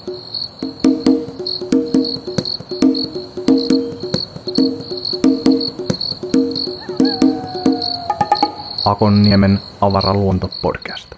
Akonniemen avaraluonto-podcast.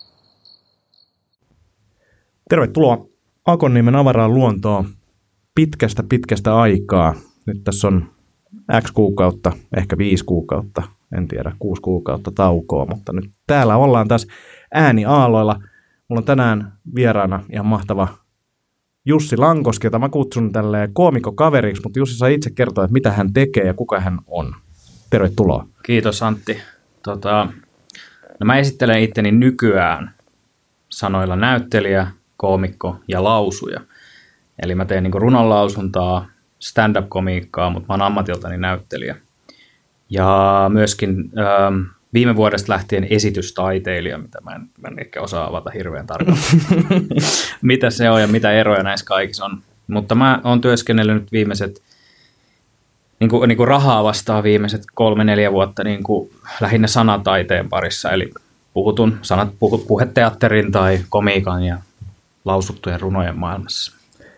Tervetuloa Akonniemen avaraan luontoon pitkästä aikaa. Nyt tässä on X kuukautta, ehkä 5 kuukautta, en tiedä, 6 kuukautta taukoa, mutta nyt täällä ollaan taas ääniaaloilla. Mulla on tänään vieraana ihan mahtava Jussi Lankoski, jota mä kutsun tälleen koomikkokaveriksi, mutta Jussi saa itse kertoa, että mitä hän tekee ja kuka hän on. Tervetuloa. Kiitos Antti. No mä esittelen itteni nykyään sanoilla näyttelijä, koomikko ja lausuja. Eli mä teen niinku runonlausuntaa, stand-up-komiikkaa, mutta mä oon ammatiltani näyttelijä. Ja myöskin viime vuodesta lähtien esitystaiteilija, mitä mä en ehkä osaa avata hirveän tarkasti, mitä se on ja mitä eroja näissä kaikissa on. Mutta mä oon työskennellyt nyt viimeiset niin kuin rahaa vastaan viimeiset 3-4 vuotta niin kuin lähinnä sanataiteen parissa, eli puheteatterin tai komiikan ja lausuttujen runojen maailmassa.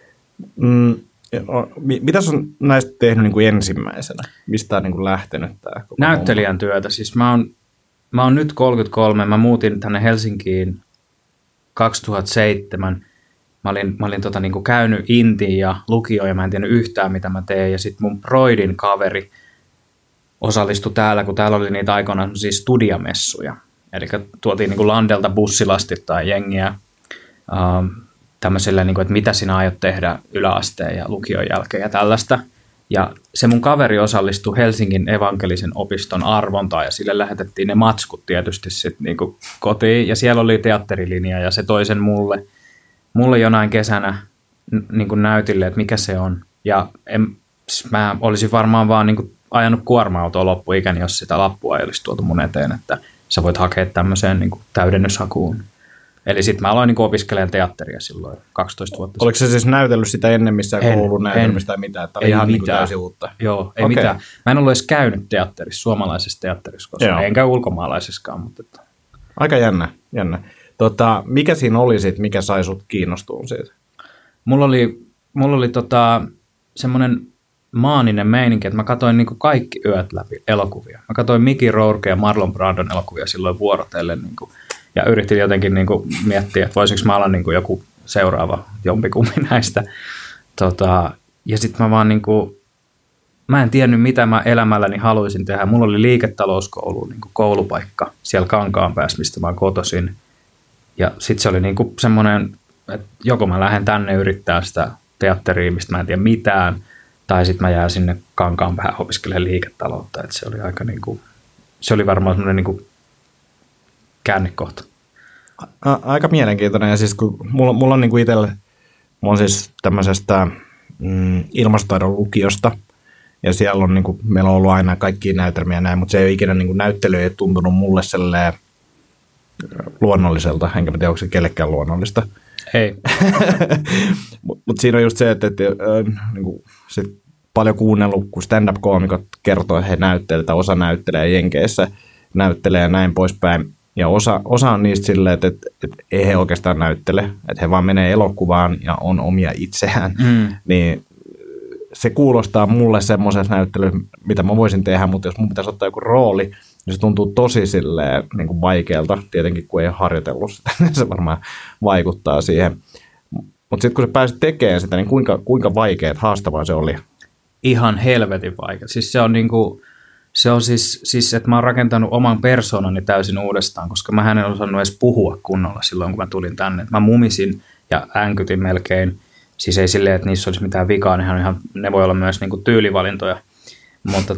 Mitä on näistä tehnyt niin kuin ensimmäisenä? Mistä on niin kuin lähtenyt tämä? Näyttelijän työtä. Siis mä oon nyt 33, mä muutin tänne Helsinkiin 2007. Mä olin niin kuin käynyt intiin ja lukioon ja mä en tiennyt yhtään mitä mä teen. Ja sitten mun broidin kaveri osallistui täällä, kun täällä oli niitä aikoinaan siis studiamessuja. Eli tuotiin niin kuin landelta bussilastit tai jengiä tämmöiselle, niin kuin, että mitä sinä aiot tehdä yläasteen ja lukion jälkeen ja tällaista. Ja se mun kaveri osallistui Helsingin evankelisen opiston arvontaan ja sille lähetettiin ne matskut tietysti sitten niin kuin kotiin. Ja siellä oli teatterilinja ja se toi sen mulle jonain kesänä niin kuin näytille, että mikä se on. Ja mä olisin varmaan vaan niin kuin ajanut kuorma-autoa loppuikäni, jos sitä lappua ei olisi tuotu mun eteen, että sä voit hakea tämmöiseen niin kuin täydennyshakuun. Eli sitten mä aloin niin kuin opiskelemaan teatteria silloin 12 vuotta sitten. Oliko se siis näytellyt sitä ennen missään koulun näytelmistä tai mitään? Että oli ihan niin kuin täysin uutta. Joo, ei mitään. Mä en ollut edes käynyt teatterissa, suomalaisessa teatterissa, koska enkä ulkomaalaisessakaan. Mutta aika jännä. Mikä siinä oli sitten, mikä sai sut kiinnostumaan siitä? Mulla oli semmoinen maaninen meininki, että mä katsoin niin kuin kaikki yöt läpi elokuvia. Mä katsoin Mickey Rourke ja Marlon Brandon elokuvia silloin vuorotellen niin kuin, ja yritin jotenkin niin kuin miettiä, että voisinko mä olla niin kuin joku seuraava jompikumpi näistä. Ja sitten mä vaan niin kuin, mä en tiennyt mitä mä elämälläni haluaisin tehdä. Mulla oli liiketalouskoulu, niin kuin koulupaikka siellä Kankaanpäässä, mistä mä kotoisin. Ja sitten se oli niinku semmoinen, että joko mä lähden tänne yrittää sitä teatteria, mistä mä en tiedä mitään, tai sitten mä jään sinne Kankaanpäähän opiskelemaan liiketaloutta. Et se oli aika niinku, se oli varmaan semmoinen niinku käännekohta. Aika mielenkiintoinen. Ja siis kun mulla on niinku itsellä, mä oon siis tämmöisestä ilmastotaidon lukiosta, ja siellä on niinku, meillä on ollut aina kaikkia näytelmiä näin, mutta se ei ole ikinä niinku näyttely ei tuntunut mulle selleen luonnolliselta, enkä mä tiedä, onko se kellekään luonnollista. Ei. Mutta siinä on just se, että niinku, sit paljon kuunnellut, kun stand-up-koomikot kertoo, että he näyttelee, tai osa näyttelee Jenkeissä, näyttelee ja näin poispäin. Ja osa on niistä silleen, että ei he oikeastaan näyttele, että he vaan menee elokuvaan ja on omia itseään. Niin se kuulostaa mulle semmoisessa näyttelyssä, mitä mä voisin tehdä, mutta jos mun pitäisi ottaa joku rooli, niin se tuntuu tosi silleen, niin kuin vaikealta, tietenkin kun ei ole harjoitellut sitä, niin se varmaan vaikuttaa siihen. Mutta sitten kun sä pääsit tekemään sitä, niin kuinka vaikeaa, haastavaa se oli? Ihan helvetin vaikea. Siis se on niinku, se on siis, että mä oon rakentanut oman persoonani täysin uudestaan, koska mä en osannut edes puhua kunnolla silloin, kun mä tulin tänne. Mä mumisin ja änkytin melkein. Siis ei silleen, että niissä olisi mitään vikaa, ne voi olla myös niinku tyylivalintoja. Mutta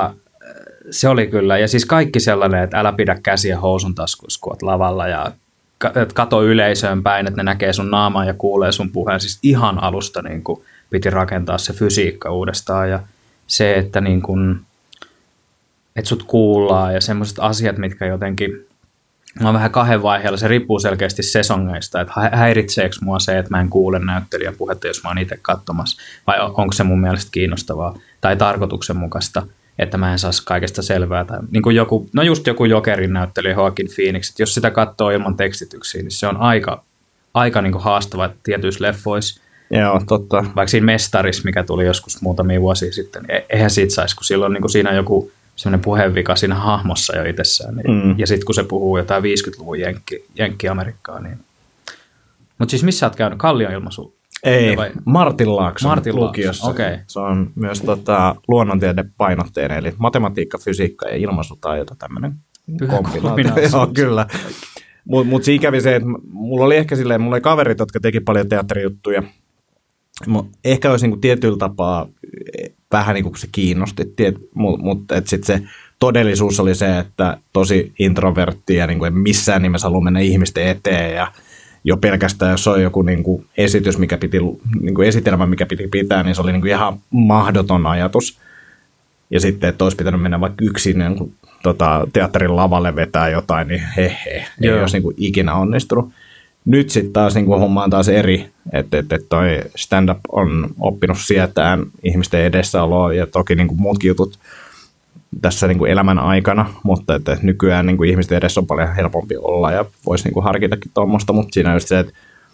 se oli kyllä. Ja siis kaikki sellainen, että älä pidä käsiä housun taskuissa, kun oot lavalla ja kato yleisöön päin, että ne näkee sun naamaa ja kuulee sun puheen. Siis ihan alusta niin kuin piti rakentaa se fysiikka uudestaan ja se, että, niin kuin, että sut kuullaan ja semmoiset asiat, mitkä jotenkin, mä oon vähän 2 vaiheella, se riippuu selkeästi sesongeista, että häiritseekö mua se, että mä en kuule näyttelijän puhetta, jos mä oon itse katsomassa, vai onko se mun mielestä kiinnostavaa tai tarkoituksenmukaista, että mä en saa kaikesta selvää. Tai niin kuin joku Jokerin näyttelijä Joaquin Phoenix, että jos sitä katsoo ilman tekstityksiä, niin se on aika niin kuin haastava tietyissä leffoissa. Joo, totta. Vaikka siinä Mestarissa, mikä tuli joskus muutamia vuosia sitten, niin eihän siitä saisi, kun silloin niin kuin siinä on joku sellainen puheenvika siinä hahmossa jo itsessään. Niin. Ja sitten kun se puhuu jotain 50-luvun Jenkki-Amerikkaa. Niin. Mutta siis missä olet käynyt? Kallion ilmaisu? Ei, Martin Laakson lukiossa. Okay. Se on myös luonnontiedepainotteinen, eli matematiikka, fysiikka ja ilmaisutaito, tämmöinen kombinaatio. Joo, kyllä. Mutta siinä kävi se, että mulla oli ehkä silleen, mulla oli kaverit, jotka teki paljon teatterijuttuja. Ehkä olisi niinku tietyllä tapaa vähän niin kuin se kiinnosti, mutta sitten se todellisuus oli se, että tosi introvertti ja niin kuin en missään nimessä halua mennä ihmisten eteen ja jo pelkästään, jos on joku niin kuin esitys, mikä piti, niin kuin esitelmä, mikä piti pitää, niin se oli niin kuin ihan mahdoton ajatus. Ja sitten, että olisi pitänyt mennä vaikka yksin niin teatterin lavalle vetää jotain, niin ei olisi niin kuin ikinä onnistunut. Nyt sitten taas niin kuin homma on taas eri, että toi stand-up on oppinut sietään ihmisten edessäoloa ja toki niin kuin muutkin jutut tässä niin kuin elämän aikana, mutta että nykyään niin kuin ihmisten edessä on paljon helpompi olla ja voisi niin kuin harkitakin tuommoista, mutta siinä on just se, että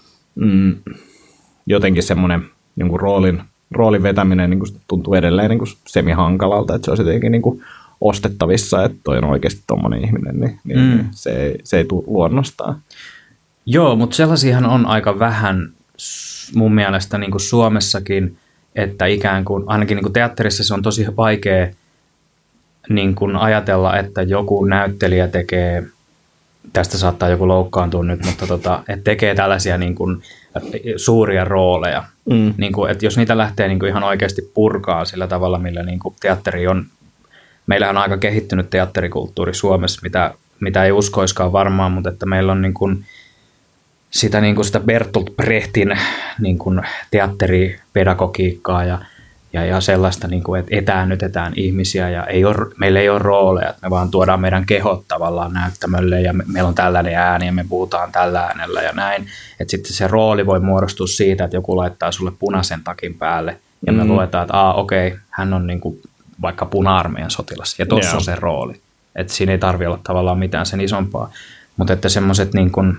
jotenkin semmoinen niin kuin roolin vetäminen niin kuin tuntuu edelleen niin kuin semi-hankalalta, että se olisi jotenkin niin kuin ostettavissa, että toi on oikeasti tuommoinen ihminen, niin se ei tule luonnostaan. Joo, mutta sellaisiahan on aika vähän mun mielestä niin kuin Suomessakin, että ikään kuin, ainakin niin kuin teatterissa se on tosi vaikea niin kuin ajatella, että joku näyttelijä tekee, tästä saattaa joku loukkaantua nyt, mutta että tekee tällaisia niin kuin suuria rooleja. Niin kuin, että jos niitä lähtee niin kuin ihan oikeasti purkaa sillä tavalla, millä niin kuin teatteri on, meillähän on aika kehittynyt teatterikulttuuri Suomessa, mitä ei uskoiskaan varmaan, mutta että meillä on niin kuin sitä Bertolt Brechtin niin kuin teatteripedagogiikkaa ja sellaista, niin kuin, että etäännytetään ihmisiä ja meillä ei ole rooleja, että me vaan tuodaan meidän kehot tavallaan näyttämölle ja meillä on tällainen ääni ja me puhutaan tällä äänellä ja näin. Että sitten se rooli voi muodostua siitä, että joku laittaa sulle punaisen takin päälle ja me luetaan, että okei, hän on niin kuin vaikka puna-armeijan sotilas ja tuossa on se rooli. Että siinä ei tarvitse olla tavallaan mitään sen isompaa, mutta että semmoiset niin kuin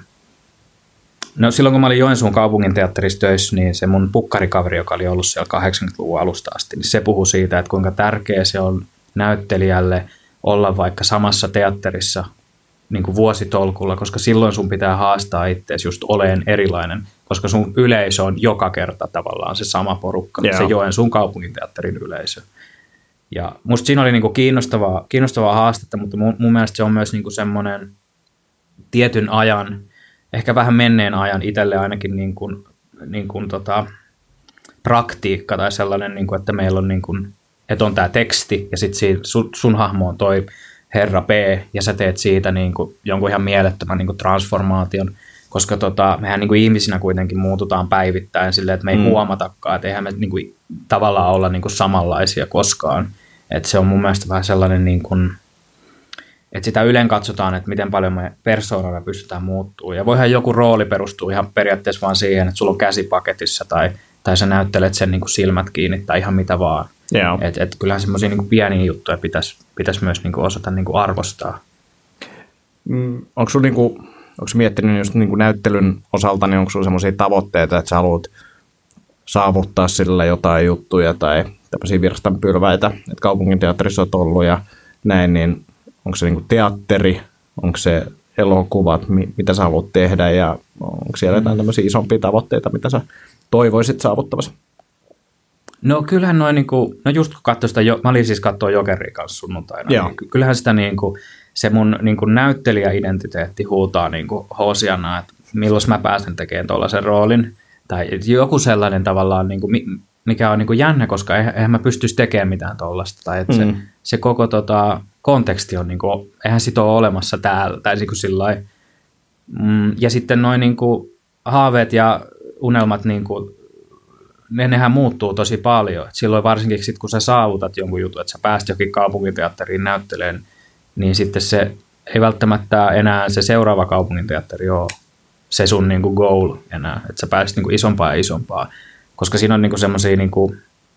no silloin kun mä olin Joensuun kaupunginteatterissa töissä, niin se mun pukkarikaveri, joka oli ollut siellä 80-luvun alusta asti, niin se puhui siitä, että kuinka tärkeä se on näyttelijälle olla vaikka samassa teatterissa niin kuin vuositolkulla, koska silloin sun pitää haastaa itseäsi just oleen erilainen, koska sun yleisö on joka kerta tavallaan se sama porukka, se Joensuun kaupunginteatterin yleisö. Ja musta siinä oli niin kuin kiinnostavaa haastetta, mutta mun mielestä se on myös niin kuin semmoinen tietyn ajan, ehkä vähän menneen ajan itselle ainakin niin kuin praktiikka tai sellainen, niin kuin, että meillä on, niin kuin, että on tämä teksti ja sitten sun hahmo on toi herra P ja sä teet siitä niin kuin jonkun ihan mielettömän niin kuin transformaation, koska mehän niin kuin ihmisinä kuitenkin muututaan päivittäin silleen, että me ei huomatakaan, että eihän me niin kuin, tavallaan olla niin kuin samanlaisia koskaan. Että se on mun mielestä vähän sellainen niin kuin, että sitä ylen katsotaan, että miten paljon me persoonana pystytään muuttumaan. Ja voihan joku rooli perustua ihan periaatteessa vaan siihen, että sulla on käsi paketissa tai sä näyttelet sen niin kuin silmät kiinni tai ihan mitä vaan. Että kyllähän semmoisia niin kuin pieniä juttuja pitäisi myös niin kuin osata niin kuin arvostaa. Onko sä miettinyt just niin kuin näyttelyn osalta, niin onko sulla semmoisia tavoitteita, että sä haluat saavuttaa sillä jotain juttuja tai tämmöisiä virstanpylväitä, että kaupunginteatterissa on ollut ja näin, niin onko se niinku teatteri, onko se elokuvat, mitä sä haluat tehdä ja onko siellä jotain tämmöisiä isompia tavoitteita, mitä sä toivoisit saavuttavassa? No kyllähän noin, niinku, no just kun katsoin sitä, mä olin siis katsoa Jokeria kanssa sunnuntaina, niin kyllähän sitä niinku, se mun niinku näyttelijäidentiteetti huutaa niinku Hosiana, että milloin mä pääsen tekemään tuollaisen roolin, tai joku sellainen tavallaan, niinku, mikä on niinku jännä, koska eihän mä pystyisi tekemään mitään tuollaista, tai että se koko konteksti on, niinku, eihän sitä ole olemassa täällä, tai niinku sillai. Ja sitten noin niinku, haaveet ja unelmat, niinku, nehän muuttuu tosi paljon. Et silloin varsinkin sit, kun sä saavutat jonkun jutun, että sä pääst jokin kaupunginteatteriin näytteleen, niin sitten se ei välttämättä enää se seuraava kaupunginteatteri ole se sun niinku goal enää, että sä pääsit niinku isompaa ja isompaa. Koska siinä on niinku semmoisia niinku,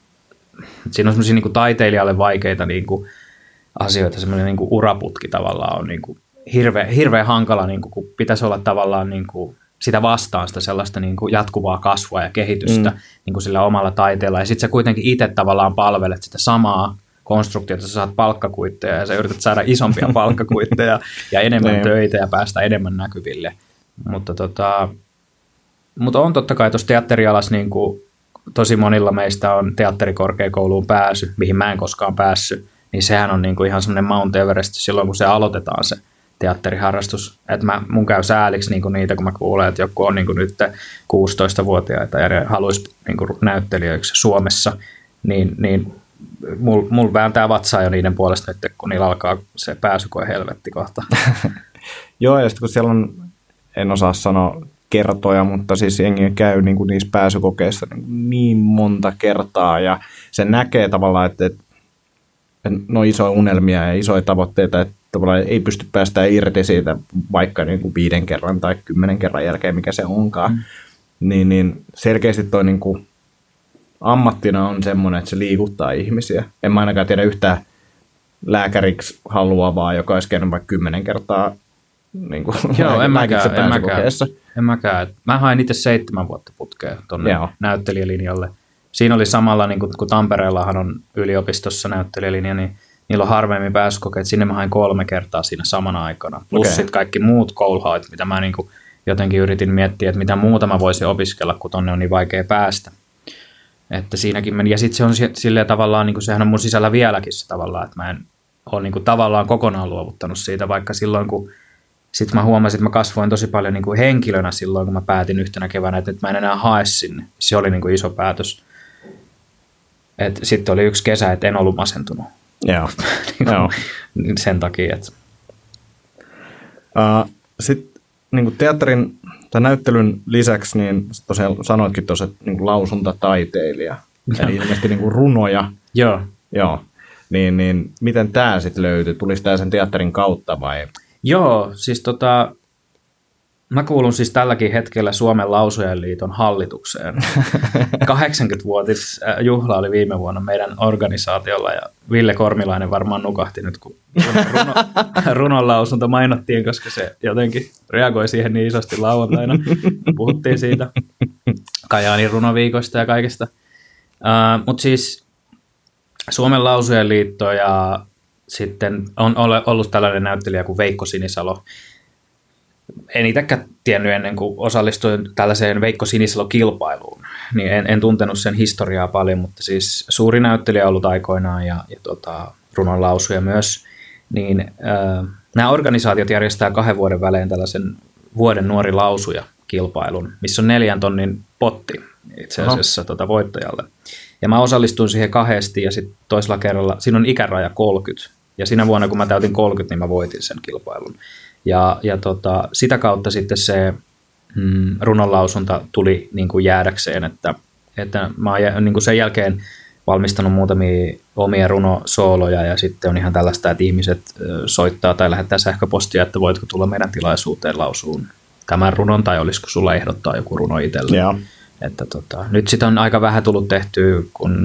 niinku taiteilijalle vaikeita niinku asioita, semmoinen niinku uraputki tavallaan on niinku hirveän hankala, niinku, kun pitäisi olla tavallaan niinku sitä vastaan, sitä sellaista niin kuin jatkuvaa kasvua ja kehitystä niin kuin sillä omalla taiteella. Ja sitten sä kuitenkin itse tavallaan palvelet sitä samaa konstruktiota, sä saat palkkakuitteja ja sä yrität saada isompia palkkakuitteja ja enemmän töitä ja päästä enemmän näkyville. Mutta on totta kai tuossa teatterialassa niin kuin tosi monilla meistä on teatterikorkeakouluun pääsy, mihin mä en koskaan päässyt, niin sehän on niin kuin ihan semmoinen Mount Everest silloin, kun se aloitetaan se teatteriharrastus. Että mun käy sääliksi niin kuin niitä, kun mä kuulen, että joku on niin kuin nyt 16-vuotiaita ja haluaisi niin kuin näyttelijöiksi Suomessa, niin mulla vääntää vatsaa jo niiden puolesta nyt, kun niillä alkaa se pääsykoe helvetti kohta. Joo, ja sitten kun siellä on, en osaa sanoa kertoja, mutta siis jengi käy niin kuin niissä pääsykokeissa niin monta kertaa, ja se näkee tavallaan, että no isoja unelmia ja isoja tavoitteita, että tavallaan ei pysty päästään irti siitä vaikka niin kuin 5 kerran tai 10 kerran jälkeen, mikä se onkaan. Niin selkeästi toi niin kuin ammattina on semmoinen, että se liikuttaa ihmisiä. En mä ainakaan tiedä yhtään lääkäriksi haluavaa, joka olisi käynyt vaikka 10 kertaa niin kuin joo, en mäkään. Mä hain itse 7 vuotta putkea tuonne näyttelijälinjalle. Siinä oli samalla, niin kun Tampereellahan on yliopistossa näyttelijälinja, niin niillä on harvemmin pääsykokeet. Sinne mä hain 3 kertaa siinä samana aikana. Plus sitten kaikki muut kouluhait, mitä mä niin kuin jotenkin yritin miettiä, että mitä muuta mä voisin opiskella, kun tonne on niin vaikea päästä. Että siinäkin meni. Ja sitten se on silleen tavallaan, niin kuin sehän on mun sisällä vieläkin se tavallaan, että mä en ole niin kuin tavallaan kokonaan luovuttanut siitä, vaikka silloin kun sitten mä huomasin, että mä kasvoin tosi paljon niin kuin henkilönä silloin, kun mä päätin yhtenä keväänä, että nyt mä en enää hae sinne. Se oli niin kuin iso päätös. Sitten oli yksi kesä, että en ollut masentunut. Joo. Sen takia, että sitten niin teatterin tai näyttelyn lisäksi, niin tosiaan sanoitkin tuossa, että niin lausuntataiteilija, eli ilmeisesti niin runoja. Joo. Niin miten tämä sitten löytyi? Tuliko tämä sen teatterin kautta vai? Joo, siis mä kuulun siis tälläkin hetkellä Suomen Lausujen liiton hallitukseen. 80-vuotisjuhla oli viime vuonna meidän organisaatiolla ja Ville Kormilainen varmaan nukahti nyt, kun runon lausunto mainottiin, koska se jotenkin reagoi siihen niin isosti lauantaina. Puhuttiin siitä Kajaanin runoviikosta ja kaikesta. Mutta siis Suomen Lausujen liitto ja sitten on ollut tällainen näyttelijä kuin Veikko Sinisalo. En itsekään tiennyt ennen kuin osallistuin tällaiseen Veikko Sinisalo-kilpailuun, niin en tuntenut sen historiaa paljon, mutta siis suuri näyttelijä on ollut aikoinaan ja runonlausuja myös. Niin, nämä organisaatiot järjestää 2 vuoden välein tällaisen vuoden nuori lausuja -kilpailun, missä on 4 tonnin potti itse asiassa voittajalle. Ja mä osallistuin siihen 2 ja sitten toisella kerralla, siinä on ikäraja 30. Ja siinä vuonna, kun mä täytin 30, niin mä voitin sen kilpailun. Ja sitä kautta sitten se runonlausunta tuli niin kuin jäädäkseen, että mä oon niin kuin sen jälkeen valmistanut muutamia omia runosooloja ja sitten on ihan tällaista, että ihmiset soittaa tai lähettää sähköpostia, että voitko tulla meidän tilaisuuteen lausuun tämän runon tai olisiko sulla ehdottaa joku runo itselle. Yeah. Että nyt sitä on aika vähän tullut tehtyä, kun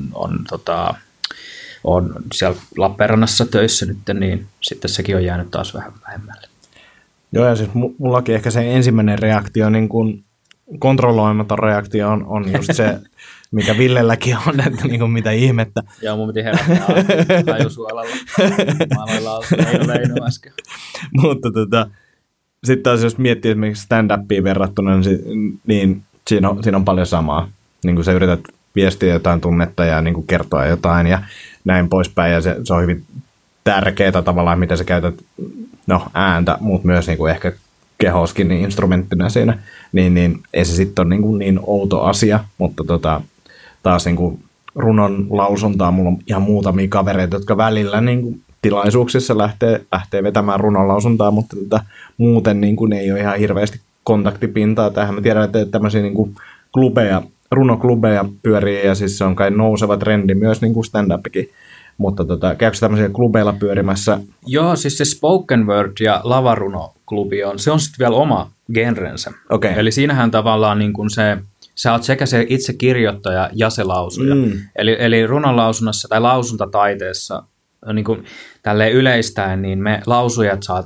on siellä Lappeenrannassa töissä nyt, niin sitten sekin on jäänyt taas vähän vähemmälle. Joo, ja siis mullakin ehkä se ensimmäinen reaktio, niin kuin kontrolloimaton reaktio on just se, mikä Villelläkin on, että niin kuin mitä ihmettä. Joo, mun piti herättää hajusuolalla. Mä aloin lausua, ei äsken. Mutta sitten taas jos miettii esimerkiksi stand-upiin verrattuna, niin siinä on paljon samaa. Niin kuin sä yrität viestiä jotain tunnetta ja niin kuin kertoa jotain ja näin poispäin. Ja se on hyvin tärkeää tavallaan, mitä sä käytät ääntä, mutta myös niin kuin ehkä kehoskin niin instrumenttina siinä. Niin ei se sitten ole niin outo asia, mutta taas niin kuin runon lausuntaa mulla on ihan muutamia kavereita, jotka välillä niin kuin tilaisuuksissa lähtee vetämään runon lausuntaa, mutta muuten niin kuin ei ole ihan hirveästi kontaktipintaa tähän. Mä tiedän, että tämmöisiä niin kuin runoklubeja pyörii, ja siis se on kai nouseva trendi myös niin kuin stand-upikin. Mutta käykö tämmöisiä klubeilla pyörimässä? Joo, siis se spoken word ja lavarunoklubi se on sitten vielä oma genrensä. Okay. Eli siinähän tavallaan niin kuin sä oot sekä se itse kirjoittaja ja se lausuja. Eli runonlausunnassa tai lausuntataiteessa niin kuin tälleen yleistäen, niin me lausujat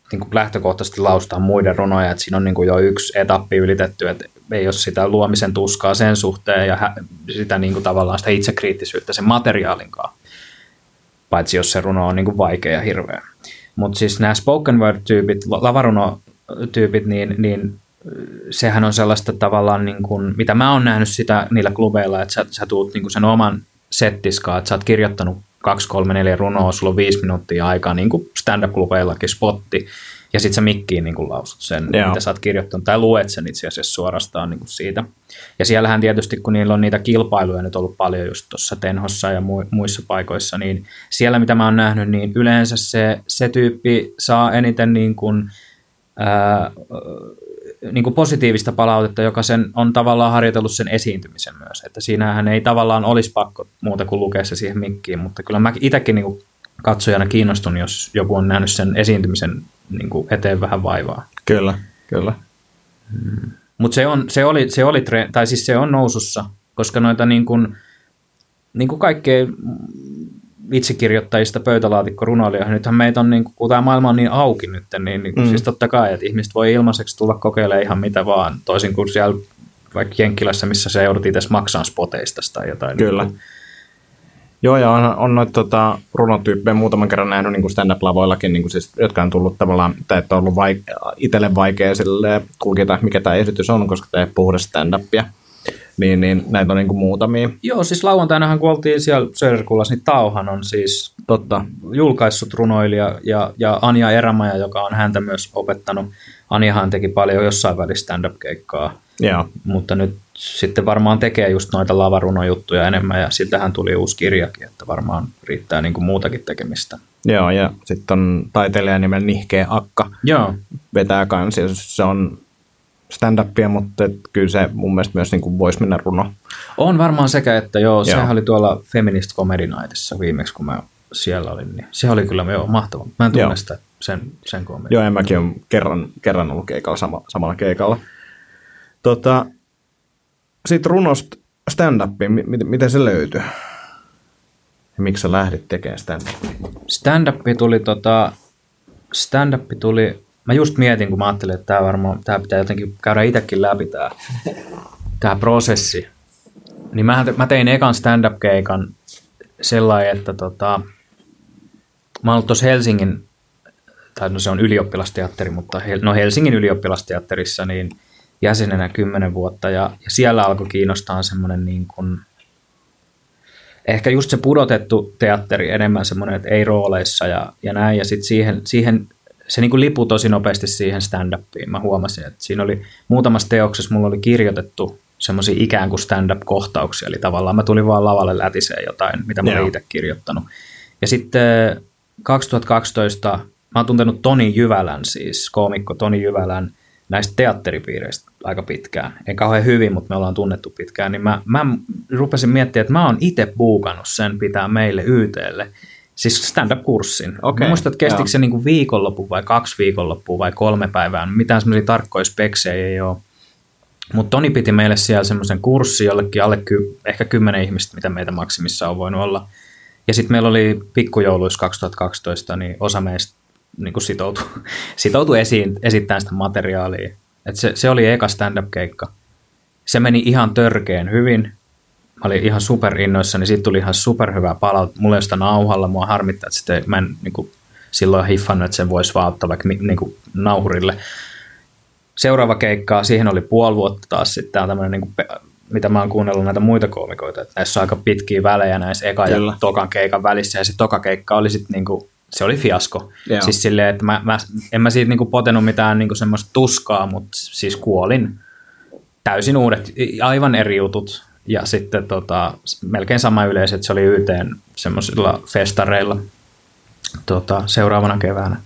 niin kuin lähtökohtaisesti laustaa muiden runoja, että siinä on niin kuin jo yksi etappi ylitetty, että ei ole sitä luomisen tuskaa sen suhteen ja sitä niin kuin tavallaan sitä itsekriittisyyttä sen materiaalinkaan, paitsi jos se runo on niin kuin vaikea ja hirveä. Mutta siis nämä spoken word-tyypit, lavarunotyypit, niin sehän on sellaista tavallaan, niin kuin, mitä mä oon nähnyt sitä niillä klubeilla, että sä tuut niin kuin sen oman settiskaan, että sä oot kirjoittanut 2, 3, 4 runoa, sulla on 5 minuuttia aikaa, niin kuin stand-up-klubeillakin spotti, ja sitten sä mikkiin niin kuin lausut sen, mitä sä oot kirjoittanut, tai luet sen itse asiassa suorastaan niin kuin siitä. Ja siellähän tietysti, kun niillä on niitä kilpailuja nyt ollut paljon just tuossa Tenhossa ja muissa paikoissa, niin siellä mitä mä oon nähnyt, niin yleensä se tyyppi saa eniten niin kuin positiivista palautetta, joka sen on tavallaan harjoitellut sen esiintymisen myös. Että siinähän ei tavallaan olisi pakko muuta kuin lukea se siihen mikkiin, mutta kyllä mä itsekin niin katsojana kiinnostun, jos joku on nähnyt sen esiintymisen niin eteen vähän vaivaa. Kyllä. Mutta se on nousussa, koska noita niin kuin kaikkea vitsikirjoittajista pöytälaatikkorunoilijoita, nythän meitä on, kun tämä maailma on niin auki nyt, niin siis totta kai, että ihmiset voi ilmaiseksi tulla kokeilemaan ihan mitä vaan, toisin kuin siellä vaikka Jenkkilässä, missä se joudut itse maksamaan spoteista tai jotain. Kyllä. Joo, ja on noita runotyyppejä muutaman kerran nähnyt niin kuin stand-up-lavoillakin, niin kuin siis, jotka on tullut tavallaan, että on ollut itselle vaikea kulkita, mikä tämä esitys on, koska tämä ei puhuta stand-upia. Niin näitä on niin kuin muutamia. Joo, siis lauantainahan kun oltiin siellä Söderkullassa, niin Tauhan on siis julkaissut runoilija ja Anja Erämaja, joka on häntä myös opettanut. Anjahan teki paljon jossain välissä stand-up-keikkaa, mutta nyt sitten varmaan tekee just noita lavarunojuttuja enemmän ja siltähän tuli uusi kirjakin, että varmaan riittää niin kuin muutakin tekemistä. Joo, ja sitten on taiteilija nimellä Nihkeä Akka. Joo. Vetää kanssa, se on stand-upia, mutta kyllä se mun mielestä myös niin kuin voisi mennä runo. On varmaan sekä, että sehän oli tuolla Feminist Comedy Nightissa viimeksi, kun mä siellä olin, niin se oli kyllä mahtava. Mä en tunne sitä sen komedian. Joo, ja mäkin olen kerran ollut keikalla samalla keikalla. Sitten runosta stand-upiin, miten se löytyi? Ja miksi sä lähdit tekemään stand-upia? Stand-up tuli, mä just mietin, kun mä ajattelin, että tää pitää jotenkin käydä itsekin läpi tää prosessi. Niin mä tein ekan stand-up-keikan sellainen, että mä oon ollut tuossa Helsingin, tai no se on ylioppilasteatteri, mutta Helsingin ylioppilasteatterissa niin jäsenenä 10 vuotta, ja siellä alkoi kiinnostaa semmoinen niin kuin, ehkä just se pudotettu teatteri enemmän semmoinen, että ei rooleissa ja näin, ja sitten siihen se niin kuin lipui tosi nopeasti siihen stand-upiin. Mä huomasin, että siinä oli muutamassa teoksessa mulla oli kirjoitettu semmoisia ikään kuin stand-up-kohtauksia, eli tavallaan mä tulin vaan lavalle lätiseen jotain, mitä mä olin itse kirjoittanut. Ja sitten 2012 mä oon tuntenut Toni Jyvälän, siis koomikko Toni Jyvälän, näistä teatteripiireistä aika pitkään. En kauhean hyvin, mutta me ollaan tunnettu pitkään. Niin mä rupesin miettimään, että mä oon itse buukannut sen pitää meille YT:lle. Siis stand-up-kurssin. Mä muistan, että kestikö se niinku viikonloppu vai 2 viikonloppua vai 3 päivää. Mitään semmoisia tarkkoja speksejä ei ole. Mutta Toni piti meille siellä semmoisen kurssin jollekin alle ehkä 10 ihmistä, mitä meitä maksimissa on voinut olla. Ja sitten meillä oli pikkujouluissa 2012, niin osa meistä niin sitoutui esittämään sitä materiaalia. Et se oli eka stand-up-keikka. Se meni ihan törkeen hyvin. Mä olin ihan superinnoissani, siitä tuli ihan superhyvää palautetta. Mulla ei ole sitä nauhalla, mua harmittaa, että mä en silloin hiffannut, että sen voisi vaan ottaa vaikka nauhurille. Seuraava keikka, siihen oli 5 vuotta taas sitten. Tämä on tämmöinen, mitä mä oon kuunnellut näitä muita koomikoita, että näissä on aika pitkiä välejä näissä eka ja tokan keikan välissä, ja se toka keikka oli sitten se oli fiasko. Joo. Siis silleen, että en mä siitä potenut mitään semmoista tuskaa, mutta siis kuolin. Täysin uudet, aivan eri jutut. Ja sitten melkein sama yleisö, että se oli YT:n semmoisilla festareilla seuraavana keväänä.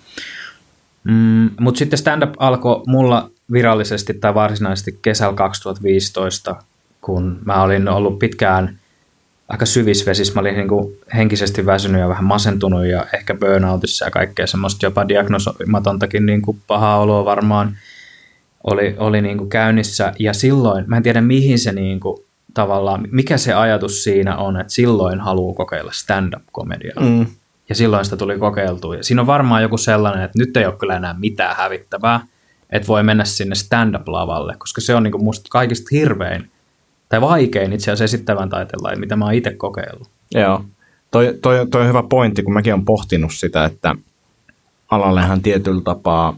Mutta sitten stand-up alkoi mulla virallisesti tai varsinaisesti kesällä 2015, kun mä olin ollut pitkään aika syvisvesissä. Mä olin henkisesti väsynyt ja vähän masentunut ja ehkä burnoutissa ja kaikkea semmoista jopa diagnosoimatontakin pahaa oloa varmaan oli käynnissä. Ja silloin, mä en tiedä mihin se tavallaan, mikä se ajatus siinä on, että silloin haluaa kokeilla stand-up-komediaa. ja silloin sitä tuli kokeiltua. Ja siinä on varmaan joku sellainen, että nyt ei ole kyllä enää mitään hävittävää, että voi mennä sinne stand-up-lavalle, koska se on niin kuin musta kaikista hirvein tai vaikein itse asiassa esittävän taiteella, mitä mä oon itse kokeillut. Joo. Toi on hyvä pointti, kun mäkin olen pohtinut sitä, että alallehan tietyllä tapaa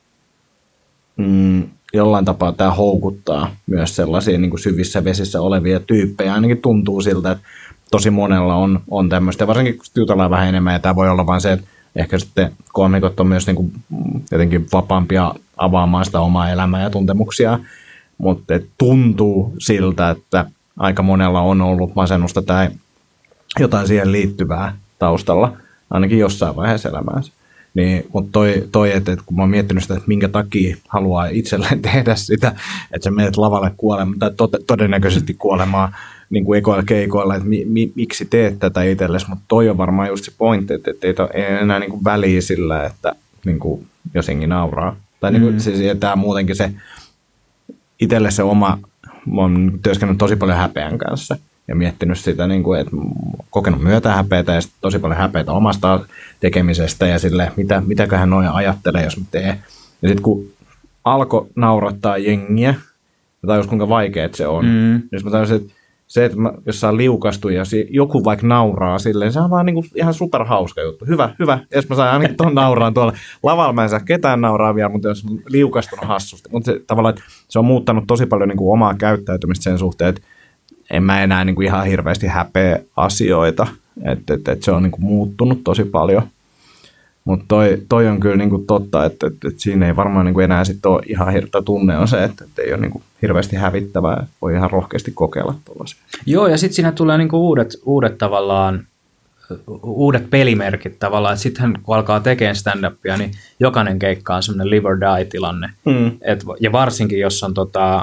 jollain tapaa tämä houkuttaa myös sellaisia niin kuin syvissä vesissä olevia tyyppejä. Ainakin tuntuu siltä, että tosi monella on tämmöistä, varsinkin kun jutellaan vähän enemmän, ja tämä voi olla vain se, että ehkä sitten koomikot on myös niin kuin jotenkin vapaampia avaamaan sitä omaa elämää ja tuntemuksia, mutta tuntuu siltä, että aika monella on ollut masennusta tai jotain siihen liittyvää taustalla, ainakin jossain vaiheessa elämäänsä. Niin, mutta että kun mä oon miettinyt sitä, että minkä takia haluaa itselleen tehdä sitä, että sä menet lavalle kuolemaan, tai todennäköisesti kuolemaan niin kuin ekoilla keikoilla, että miksi teet tätä itsellesi, mutta toi on varmaan just se pointti, että ei enää niin kuin väliä sillä, että niin kuin, jos jengi nauraa. Tai niin kuin, siis, tämä muutenkin se itselle se oma, mä oon työskennellyt tosi paljon häpeän kanssa ja miettinyt sitä, niin kuin, että kokenut myötä häpeätä ja tosi paljon häpeätä omasta tekemisestä ja sille, mitäköhän noin ajattelee, jos mä teen. Ja sitten kun alkoi naurattaa jengiä, ja tajus kuinka vaikeet se on, niin mä tajusin, että se, että jos saa liukastua ja joku vaikka nauraa silleen, se on vaan niinku ihan superhauska juttu. Hyvä. Jos mä saan ainakin tuon nauraan tuolla lavalla, mä en saa ketään nauraa vielä, mutta jos liukastunut hassusti. Mutta se, tavallaan, että se on muuttanut tosi paljon niinku omaa käyttäytymistä sen suhteen, että en mä enää niinku ihan hirveästi häpeä asioita. Että se on niinku muuttunut tosi paljon. Mutta toi on kyllä niinku totta, että siinä ei varmaan niinku enää sit ole ihan hirveä tunne on se, että ei ole niinku hirveästi hävittävää. Voi ihan rohkeasti kokeilla tuollaisia. Joo, ja sitten siinä tulee niinku uudet tavallaan, uudet pelimerkit tavallaan. Että sittenhän kun alkaa tekemään stand-upia, niin jokainen keikka on semmoinen live or die-tilanne. Ja varsinkin, jos on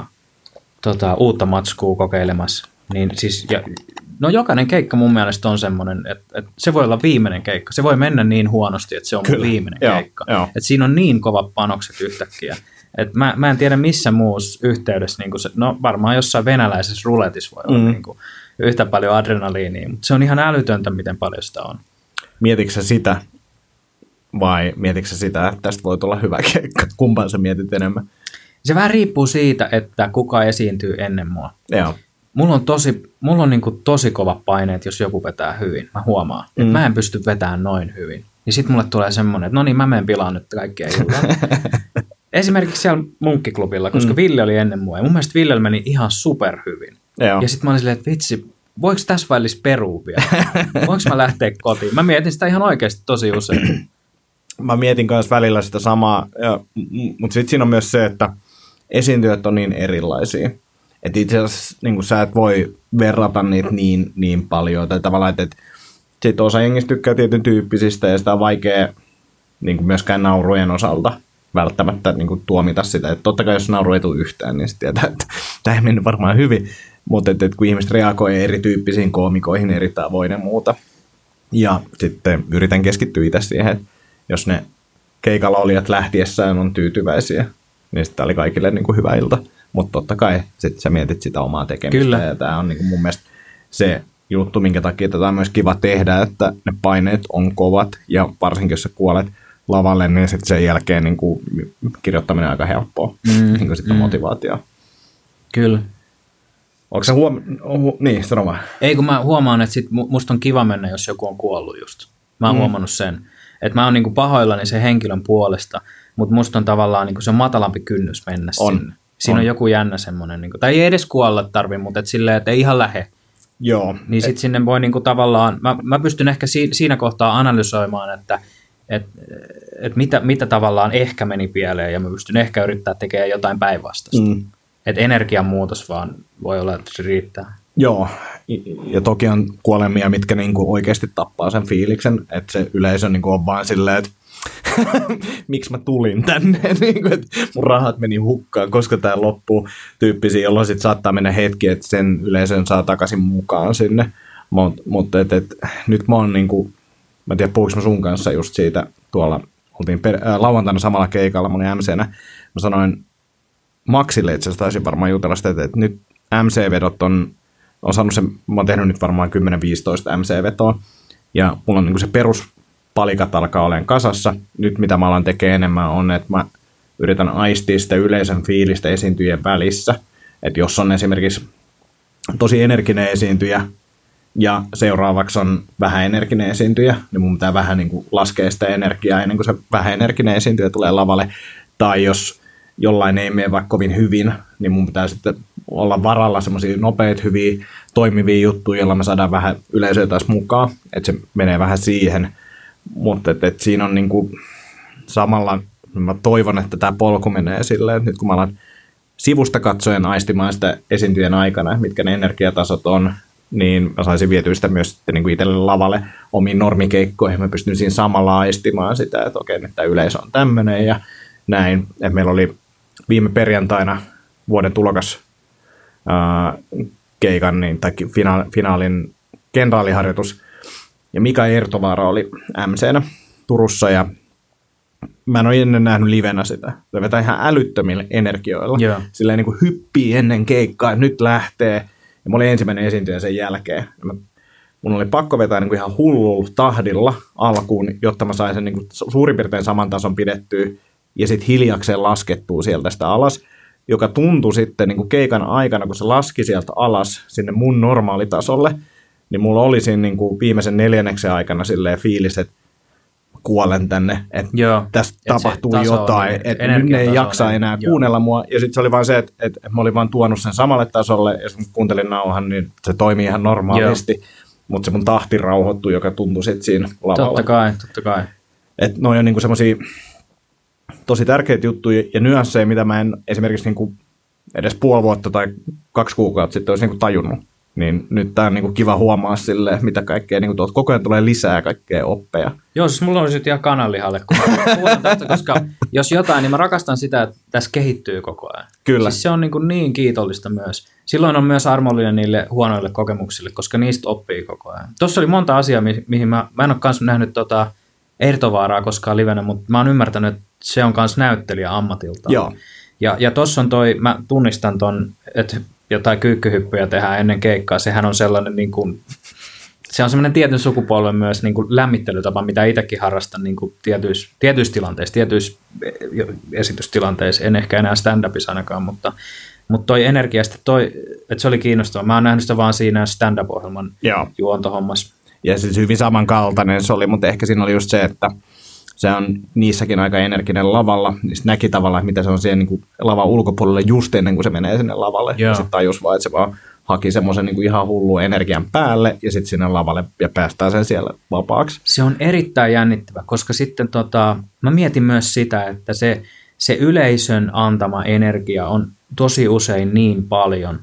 uutta matskua kokeilemassa, niin siis... No jokainen keikka mun mielestä on semmoinen, että se voi olla viimeinen keikka. Se voi mennä niin huonosti, että se on mun viimeinen keikka. Että siinä on niin kovat panokset yhtäkkiä. Että mä en tiedä missä muussa yhteydessä, niin se, no varmaan jossain venäläisessä ruletissa voi olla niin kuin yhtä paljon adrenaliinia, mutta se on ihan älytöntä, miten paljon sitä on. Mietitkö sä sitä vai mietitkö sä sitä, että tästä voi tulla hyvä keikka? Kumpaan sä mietit enemmän? Se vähän riippuu siitä, että kuka esiintyy ennen mua. Joo. Mulla on niin kuin tosi kovat paineet, jos joku vetää hyvin. Mä huomaan, että mä en pysty vetämään noin hyvin. Niin sit mulle tulee semmoinen, että no niin, mä menen pilaan nyt kaikkia iltaa. Esimerkiksi siellä Munkkiklubilla, koska Ville oli ennen mua. Ja mun mielestä Ville meni ihan superhyvin. Joo. Ja sit mä olin silleen, että vitsi, voiko tässä välissä perua vielä? Voinko mä lähteä kotiin? Mä mietin sitä ihan oikeasti tosi usein. Mä mietin myös välillä sitä samaa, mutta sitten siinä on myös se, että esiintyjät on niin erilaisia. Että itse asiassa niin sä et voi verrata niitä niin paljon. Tai tavallaan, että sit osa jengistä tykkää tietyn tyyppisistä ja sitä on vaikea niin myöskään naurujen osalta välttämättä niin tuomita sitä. Että totta kai jos nauru ei tule yhtään, niin sitten tietää, että tämä ei mennyt varmaan hyvin. Mutta että kun ihmiset reagoi erityyppisiin koomikoihin eri tavoin ja muuta. Ja sitten yritän keskittyä itse siihen, että jos ne keikalla olijat lähtiessään on tyytyväisiä, niin sitten oli kaikille niin kuin hyvä ilta. Mutta totta kai sitten sä mietit sitä omaa tekemistä. Kyllä. Ja tämä on niin kuin mun mielestä se juttu, minkä takia tätä on myös kiva tehdä, että ne paineet on kovat. Ja varsinkin jos sä kuolet lavalle, niin sitten sen jälkeen niin kuin kirjoittaminen on aika helppoa. Niin kuin sitten motivaatio. Kyllä. Onko se niin, sano vaan. Ei, kun mä huomaan, että sit musta on kiva mennä, jos joku on kuollut just. Mä oon huomannut sen. Että mä oon niinku pahoillani sen henkilön puolesta, mutta musta on tavallaan niinku se on matalampi kynnys mennä sinne. Siinä on joku jännä semmoinen, niinku, tai ei edes kuolla tarvi, mutta et silleen, että ei ihan lähe. Joo. Niin sitten sinne voi niinku tavallaan, mä pystyn ehkä siinä kohtaa analysoimaan, että mitä tavallaan ehkä meni pieleen, ja mä pystyn ehkä yrittää tekemään jotain päinvastaista. Että energianmuutos vaan voi olla, että se riittää. Joo, ja toki on kuolemia, mitkä niinku oikeasti tappaa sen fiiliksen, että se yleisö niinku on vaan silleen, että miksi mä tulin tänne, niinku, että mun rahat meni hukkaan, koska tää loppuu tyyppisiä, jolloin sit saattaa mennä hetki, että sen yleisön saa takaisin mukaan sinne. Mutta nyt mä oon niinku, mä en tiedä puhuinko mä sun kanssa just siitä, tuolla oltiin lauantaina samalla keikalla, mä olin MC:nä, mä sanoin Maxille itse asiassa taisin varmaan jutella sitä, että nyt MC-vedot on saanut sen, mä oon tehnyt nyt varmaan 10-15 MC-vetoa, ja mulla on niin se palikat alkaa olemaan kasassa. Nyt mitä mä alan tekemään enemmän on, että mä yritän aistia sitä yleisön fiilistä esiintyjien välissä. Että jos on esimerkiksi tosi energinen esiintyjä ja seuraavaksi on vähän energinen esiintyjä, niin mun pitää vähän niin kuin laskea sitä energiaa ennen kuin se vähän energinen esiintyjä tulee lavalle. Tai jos jollain ei mene vaikka kovin hyvin, niin mun pitää sitten olla varalla semmoisia nopeita, hyviä, toimivia juttuja, joilla me saadaan vähän yleisöä taas mukaan, että se menee vähän siihen. Mutta et siinä on niinku samalla, mä toivon, että tämä polku menee silleen, että nyt kun mä alan sivusta katsoen aistimaan sitä esiintyjen aikana, mitkä ne energiatasot on, niin mä saisin vietyä sitä myös sitten niinku itselle lavalle omiin normikeikkoihin. Mä pystyn siinä samalla aistimaan sitä, että okei, nyt tämä yleisö on tämmöinen ja näin. Et meillä oli viime perjantaina vuoden tulokas keikan tai finaalin kenraaliharjoitus. Ja Mika Ertovaara oli MC:nä Turussa ja mä en ole ennen nähnyt livenä sitä. Se vetää ihan älyttömillä energioilla. Yeah. Silleen niin kuin hyppii ennen keikkaa, että nyt lähtee. Ja mä olin ensimmäinen esiintyjä sen jälkeen. Mun oli pakko vetää niin kuin ihan hullulla tahdilla alkuun, jotta mä sain sen niin kuin suurin piirtein saman tason pidettyä. Ja sitten hiljakseen laskettua sieltä sitä alas, joka tuntui sitten niin kuin keikan aikana, kun se laski sieltä alas sinne mun normaalitasolle, niin mulla oli siinä niin kuin viimeisen 4. aikana silleen fiilis, että kuolen tänne, että tästä tapahtuu jotain, että nyt ne ei jaksa enää kuunnella mua. Ja sitten se oli vaan se, että mä olin vaan tuonut sen samalle tasolle, ja kun kuuntelin nauhan, niin se toimii ihan normaalisti, mutta se mun tahti rauhoittui, joka tuntui sitten siinä lavalla. Totta kai. Että noi on niinku semmosia tosi tärkeitä juttuja ja nyansseja, mitä mä en esimerkiksi niinku edes puoli vuotta tai 2 kuukautta sitten olisi niinku tajunnut. Niin nyt tää on niinku kiva huomaa silleen, mitä kaikkea niinku tuolta koko ajan tulee lisää kaikkea oppeja. Joo, siis mulla on nyt ihan kananlihalle, kun puhutaan tästä, koska jos jotain, niin mä rakastan sitä, että tässä kehittyy koko ajan. Kyllä. Siis se on niin kiitollista myös. Silloin on myös armollinen niille huonoille kokemuksille, koska niistä oppii koko ajan. Tuossa oli monta asiaa, mihin mä en ole kans nähnyt Ertovaaraa koskaan livenä, mutta mä oon ymmärtänyt, että se on kans näyttelijä ammatiltaan. Joo. Ja tossa on mä tunnistan ton, että jotain kyykkyhyppyjä tehdään ennen keikkaa, sehän on sellainen niin kuin, se on semmoinen tietyn sukupolven myös niin kuin lämmittelytapa, mitä itsekin harrastan niin kuin tietyissä tilanteissa, tietyissä esitystilanteissa, en ehkä enää stand-upissa ainakaan, mutta toi energiasta, että se oli kiinnostavaa. Mä oon nähnyt sitä vaan siinä stand-up-ohjelman juontohommassa. Ja siis hyvin samankaltainen se oli, mutta ehkä siinä oli just se, että se on niissäkin aika energinen lavalla, niin näki tavallaan, mitä se on siellä niin kuin lavan ulkopuolella just ennen kuin se menee sinne lavalle. Ja sitten tajus vaan, että se vaan haki semmoisen niin kuin ihan hullun energian päälle ja sitten sinne lavalle ja päästään sen siellä vapaaksi. Se on erittäin jännittävä, koska sitten mä mietin myös sitä, että se yleisön antama energia on tosi usein niin paljon,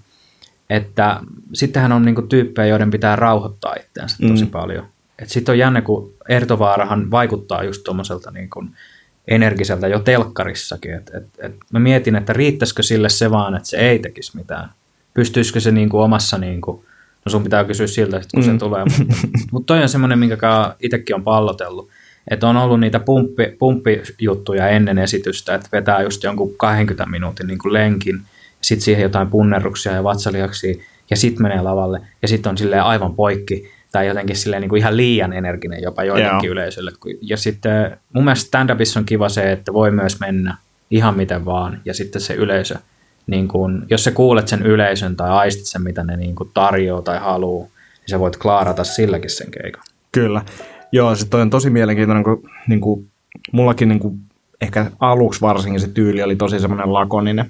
että sittenhän on niin kuin tyyppejä, joiden pitää rauhoittaa itseänsä tosi paljon. Sitten on jännä, kun Ertovaarahan vaikuttaa just tuommoiselta niin kuin energiseltä jo telkkarissakin. Mä mietin, että riittäisikö sille se vaan, että se ei tekisi mitään. Pystyisikö se niin kuin omassa, niin kuin, no sun pitää kysyä siltä, kun se tulee. Mutta toi on semmoinen, minkä itsekin on pallotellut. Että on ollut niitä pumppijuttuja ennen esitystä, että vetää just jonkun 20 minuutin niin kuin lenkin, sitten siihen jotain punnerruksia ja vatsalihaksia, ja sitten menee lavalle, ja sitten on silleen aivan poikki, tai jotenkin silleen niin kuin ihan liian energinen jopa joillekin yleisölle. Ja sitten mun mielestä stand-upissa on kiva se, että voi myös mennä ihan miten vaan, ja sitten se yleisö, niin kuin, jos sä kuulet sen yleisön tai aistit sen, mitä ne niin kuin tarjoaa tai haluaa, niin sä voit klaarata silläkin sen keikan. Kyllä. Joo, se toi on tosi mielenkiintoinen, kun niin kuin, mullakin niin kuin, ehkä aluksi varsinkin se tyyli oli tosi semmoinen lakoninen.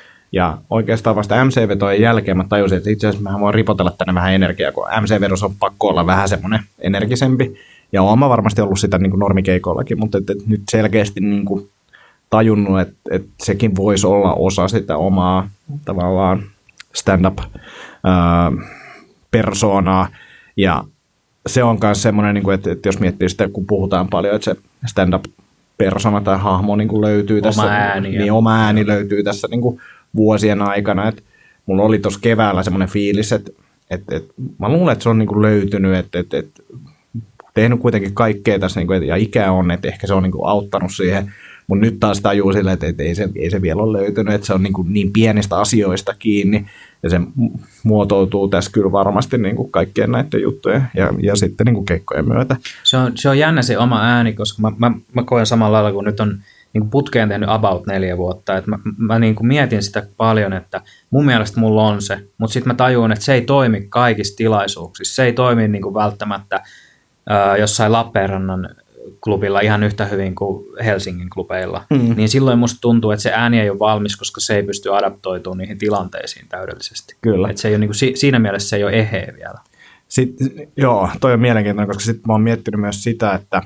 Ja oikeastaan vasta MC-vetojen jälkeen mä tajusin, että itse asiassa mä voin ripotella tänne vähän energiaa, kun MC-vedossa on pakko olla vähän semmoinen energisempi. Ja oon mä varmasti ollut sitä niin kuin normikeikoillakin, mutta nyt selkeästi niin kuin tajunnut, että sekin voisi olla osa sitä omaa tavallaan stand-up-persoonaa. Ja se on myös semmoinen, niin kuin, että jos miettii sitä, kun puhutaan paljon, että se stand-up-persona tai hahmo niin kuin löytyy tässä. Oma ääni löytyy tässä niin kuin vuosien aikana. Että mulla oli tuossa keväällä semmoinen fiilis, että mä luulen, että se on niin kuin löytynyt, että tehnyt kuitenkin kaikkea tässä, niin kuin, ja ikä on, että ehkä se on niin kuin auttanut siihen Mutta nyt taas tajuu silleen, että ei se vielä ole löytynyt, että se on niin pienistä asioista kiinni, ja se muotoutuu tässä kyllä varmasti niin kuin kaikkien näiden juttujen ja sitten niin kuin keikkojen myötä. Se on jännä se oma ääni, koska mä koen samalla lailla, kun nyt on niin kuin putkeen tehnyt about 4 vuotta, että mä niin kuin mietin sitä paljon, että mun mielestä mulla on se, mutta sitten mä tajuin, että se ei toimi kaikissa tilaisuuksissa, se ei toimi niin kuin välttämättä jossain Lappeenrannan klubilla ihan yhtä hyvin kuin Helsingin klubeilla, niin silloin musta tuntuu, että se ääni ei ole valmis, koska se ei pysty adaptoitumaan niihin tilanteisiin täydellisesti. Kyllä. Että se ei ole, niin kuin, siinä mielessä se ei ole eheä vielä. Sitten, joo, toi on mielenkiintoinen, koska sitten mä oon miettinyt myös sitä, että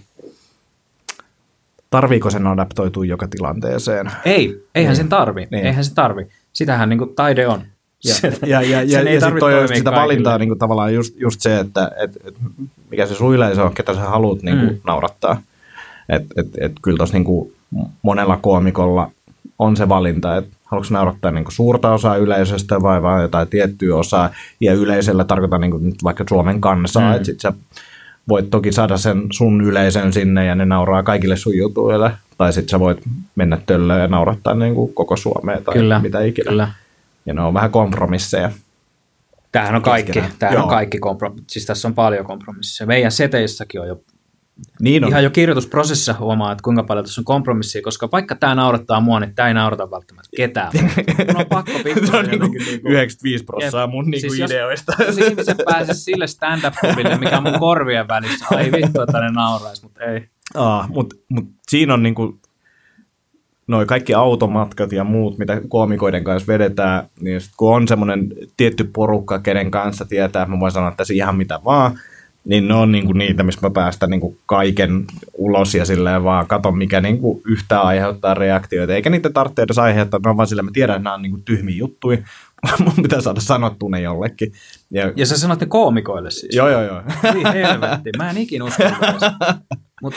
tarviiko sen adaptoitua joka tilanteeseen? Eihän sen tarvi. Niin. Eihän se tarvi. Sitähän niin kuin taide on. Ja sitten toi on sitä valintaa niin kuin tavallaan just se, että mikä se sun yleisö on, ketä sä haluat niin kuin naurattaa. Et kyllä tuossa niin kuin monella koomikolla on se valinta, että haluatko naurattaa niin kuin suurta osaa yleisöstä vai jotain tiettyä osaa. Ja yleisöllä tarkoitan niin kuin nyt vaikka Suomen kansaa, että sit sä voit toki saada sen sun yleisön sinne ja ne nauraa kaikille sun jutuille. Tai sitten sä voit mennä töllöön ja naurattaa niin kuin koko Suomea tai kyllä, mitä ikinä. Kyllä. Ja ne on vähän kompromisseja. Tämähän on kaikki. Siis tässä on paljon kompromisseja. Meidän seteissäkin on jo niin on. Ihan jo kirjoitusprosessissa huomaa, että kuinka paljon tässä on kompromissia, koska vaikka tämä naurattaa mua, niin tämä ei naurata välttämättä ketään. Mun on pakko pitää. Se on niinku 95% mun niinku siis ideoista. Jos ihmiset pääsisi sille stand-up-klubille, mikä on mun korvien välissä, ai vittu, että ne nauraisi, mutta ei. Mutta siinä on niinku noi kaikki automatkat ja muut, mitä koomikoiden kanssa vedetään, niin kun on semmoinen tietty porukka, kenen kanssa tietää, että mä voin sanoa tässä ihan mitä vaan, niin ne on niinku niitä, missä mä päästän niinku kaiken ulos ja silleen vaan katon, mikä niinku yhtään aiheuttaa reaktioita. Eikä niitä tarvitse edes aiheuttaa, ne on vaan silleen, mä tiedän, että nämä on niinku tyhmiä juttuja. Mun pitää saada sanottua ne jollekin. Ja sä sanot ne koomikoille siis? Joo. Niin helvetti, mä en ikin usko. Mutta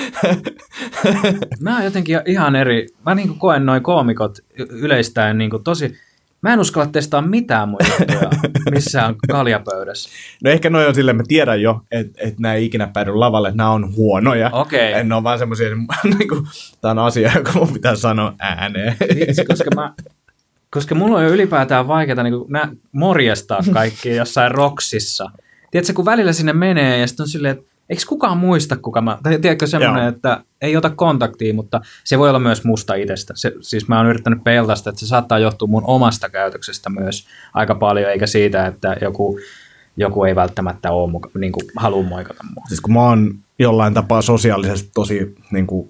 mä oon jotenkin ihan eri. Mä niinku koen noi koomikot yleistäen niinku tosi. Mä en uskalla testaa mitään muita juttuja missään kaljapöydässä. No ehkä noi on silleen, mä tiedän jo, että nämä ei ikinä päädy lavalle, että nämä on huonoja. Okei. Ne on vaan semmoisia, niinku, tää on asia, joka mun pitää sanoa ääneen. Vitsi, koska mulla on jo ylipäätään vaikeaa niinku morjestaa kaikkia jossain roksissa. Tiedätkö, kun välillä sinne menee ja sitten on silleen, että eikö kukaan muista, kuka mä... Tiedätkö semmoinen, että ei ota kontaktia, mutta se voi olla myös musta itsestä. Siis mä oon yrittänyt peilata sitä, että se saattaa johtua mun omasta käytöksestä myös aika paljon, eikä siitä, että joku ei välttämättä ole niin kuin halua moikata mua. Siis kun mä oon jollain tapaa sosiaalisesti tosi niin kuin,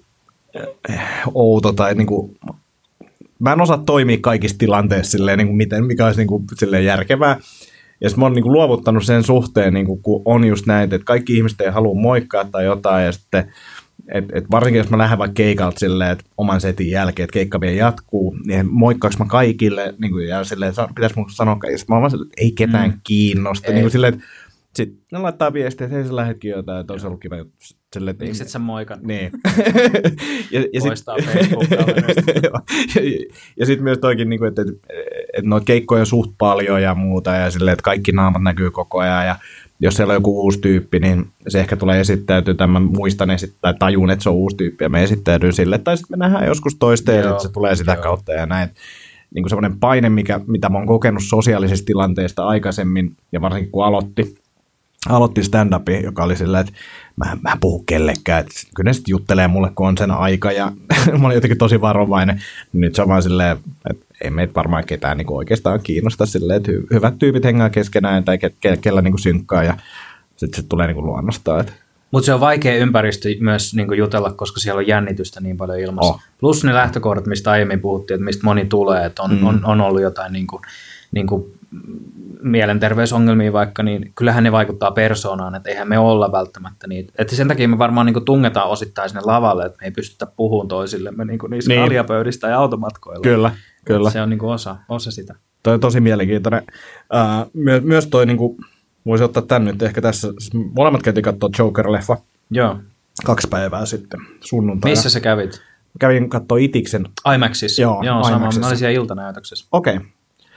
outo tai niin kuin, mä en osaa toimia kaikissa tilanteissa silleen, niin kuin mikä olisi niin kuin, silleen järkevää. Ja sitten mä oon niinku luovuttanut sen suhteen, niinku, kun on just näin, että kaikki ihmiset ei halua moikkaa tai jotain, ja sitten, varsinkin jos mä lähden vaikka keikalta silleen, että oman setin jälkeen, että keikka vielä jatkuu, niin moikkaaks mä kaikille, niinku, ja silleen, että pitäis mun sanoa kaikille, mä oon vaan silleen, että ei ketään kiinnosta, niinku silleen, että sitten ne laittaa viestiä, että hei sä lähdetkin jotain, että olisi ollut kiva juttu. Miksi et sä moikan? Niin. Poistaa Facebook-kaverista. Ja sitten myös toikin, että noita keikkoja on suht paljon ja muuta, ja silleen, että kaikki naamat näkyy koko ajan, ja jos siellä on joku uusi tyyppi, niin se ehkä tulee esittäytyä, tai mä muistan tai tajun, että se on uusi tyyppi, ja me esittäydyn sille, tai sitten me nähdään joskus toista, ja sitten se tulee sitä kautta, ja näin. Niin kuin semmoinen paine, mitä mä oon kokenut sosiaalisista tilanteista aikaisemmin, ja varsinkin kun aloitti stand-upin, joka oli sillä, että mä en puhu kellekään, että kyllä ne sitten juttelee mulle, kun on sen aika, ja mä olin jotenkin tosi varovainen. Nyt se on vaan silleen, että ei meitä varmaan ketään niin oikeastaan kiinnosta silleen, että hyvät tyypit hengaa keskenään, tai kellä niin synkkaa, ja sitten se tulee niin luonnostaan. Mutta se on vaikea ympäristö myös niin jutella, koska siellä on jännitystä niin paljon ilmassa. Plus ne lähtökohdat, mistä aiemmin puhuttiin, että mistä moni tulee, että on ollut jotain niin kuin mielenterveysongelmia vaikka, niin kyllähän ne vaikuttaa persoonaan, että eihän me olla välttämättä niitä. Että sen takia me varmaan niin tungetaan osittain sinne lavalle, että me ei pystytä puhumaan toisillemme niin niissä kaljapöydistä ja automatkoilla. Kyllä. Se on niin osa sitä. Toi on tosi mielenkiintoinen. Myös toi, niin kuin, voisi ottaa tän nyt ehkä tässä, molemmat käytiin katsoa Joker-leffa. Joo. 2 päivää sitten, sunnuntaina. Missä sä kävit? Kävin katsoa Itiksen. IMAXissa? Joo, sama. Mä olin siellä iltanäytöksessä. Okei.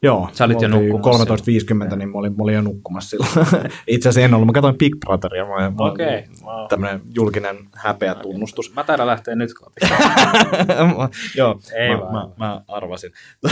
Joo, Sä olit jo nukkumassa. 13.50, niin mä olin jo nukkumassa silloin. Itse asiassa en ollut. Mä katsoin Big Brotheria. Okei. Wow. Tämmöinen julkinen häpeä tunnustus. Mä taidan lähteä nyt kotiin. Joo, Ei mä arvasin.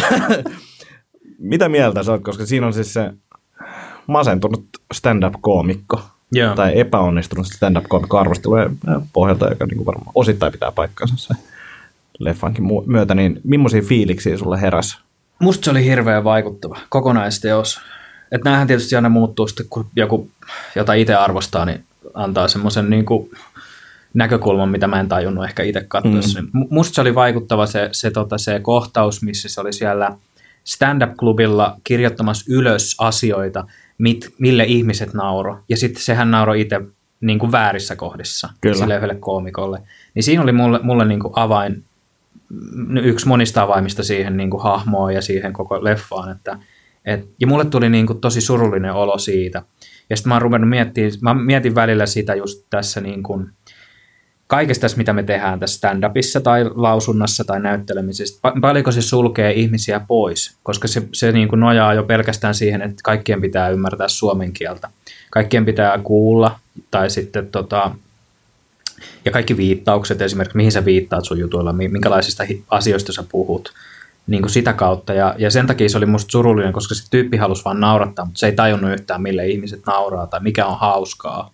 Mitä mieltä sä oot, koska siinä on siis se masentunut stand-up-koomikko. Joo. Tai epäonnistunut stand-up-koomikko arvostelujen pohjalta, joka niin kuin varmaan osittain pitää paikkansa se leffankin myötä. Niin millaisia fiiliksiä sulle heräsi? Musta se oli hirveän vaikuttava kokonaisteos. Että näähän tietysti aina muuttuu sitten, kun joku, jota itse arvostaa, niin antaa semmoisen niin kuin näkökulman, mitä mä en tajunnut ehkä itse katsoessa. Musta se oli vaikuttava se kohtaus, missä se oli siellä stand-up-klubilla kirjoittamassa ylös asioita, mille ihmiset nauroi. Ja sitten sehän nauroi itse niin kuin väärissä kohdissa sille yhdelle koomikolle. Niin siinä oli mulle niin kuin avain, yksi monista avaimista siihen niin kuin hahmoon ja siihen koko leffaan. Ja mulle tuli niin kuin tosi surullinen olo siitä. Ja sitten mä mietin välillä sitä just tässä niin kuin kaikesta tässä, mitä me tehdään tässä stand-upissa tai lausunnassa tai näyttelemisessä, paljonko se sulkee ihmisiä pois, koska se niin kuin nojaa jo pelkästään siihen, että kaikkien pitää ymmärtää suomen kieltä. Kaikkien pitää kuulla tai sitten ja kaikki viittaukset esimerkiksi, mihin sä viittaat sun jutuilla, minkälaisista asioista sä puhut, niin kuin sitä kautta. Ja sen takia se oli musta surullinen, koska se tyyppi halusi vaan naurattaa, mutta se ei tajunnut yhtään, mille ihmiset nauraa tai mikä on hauskaa.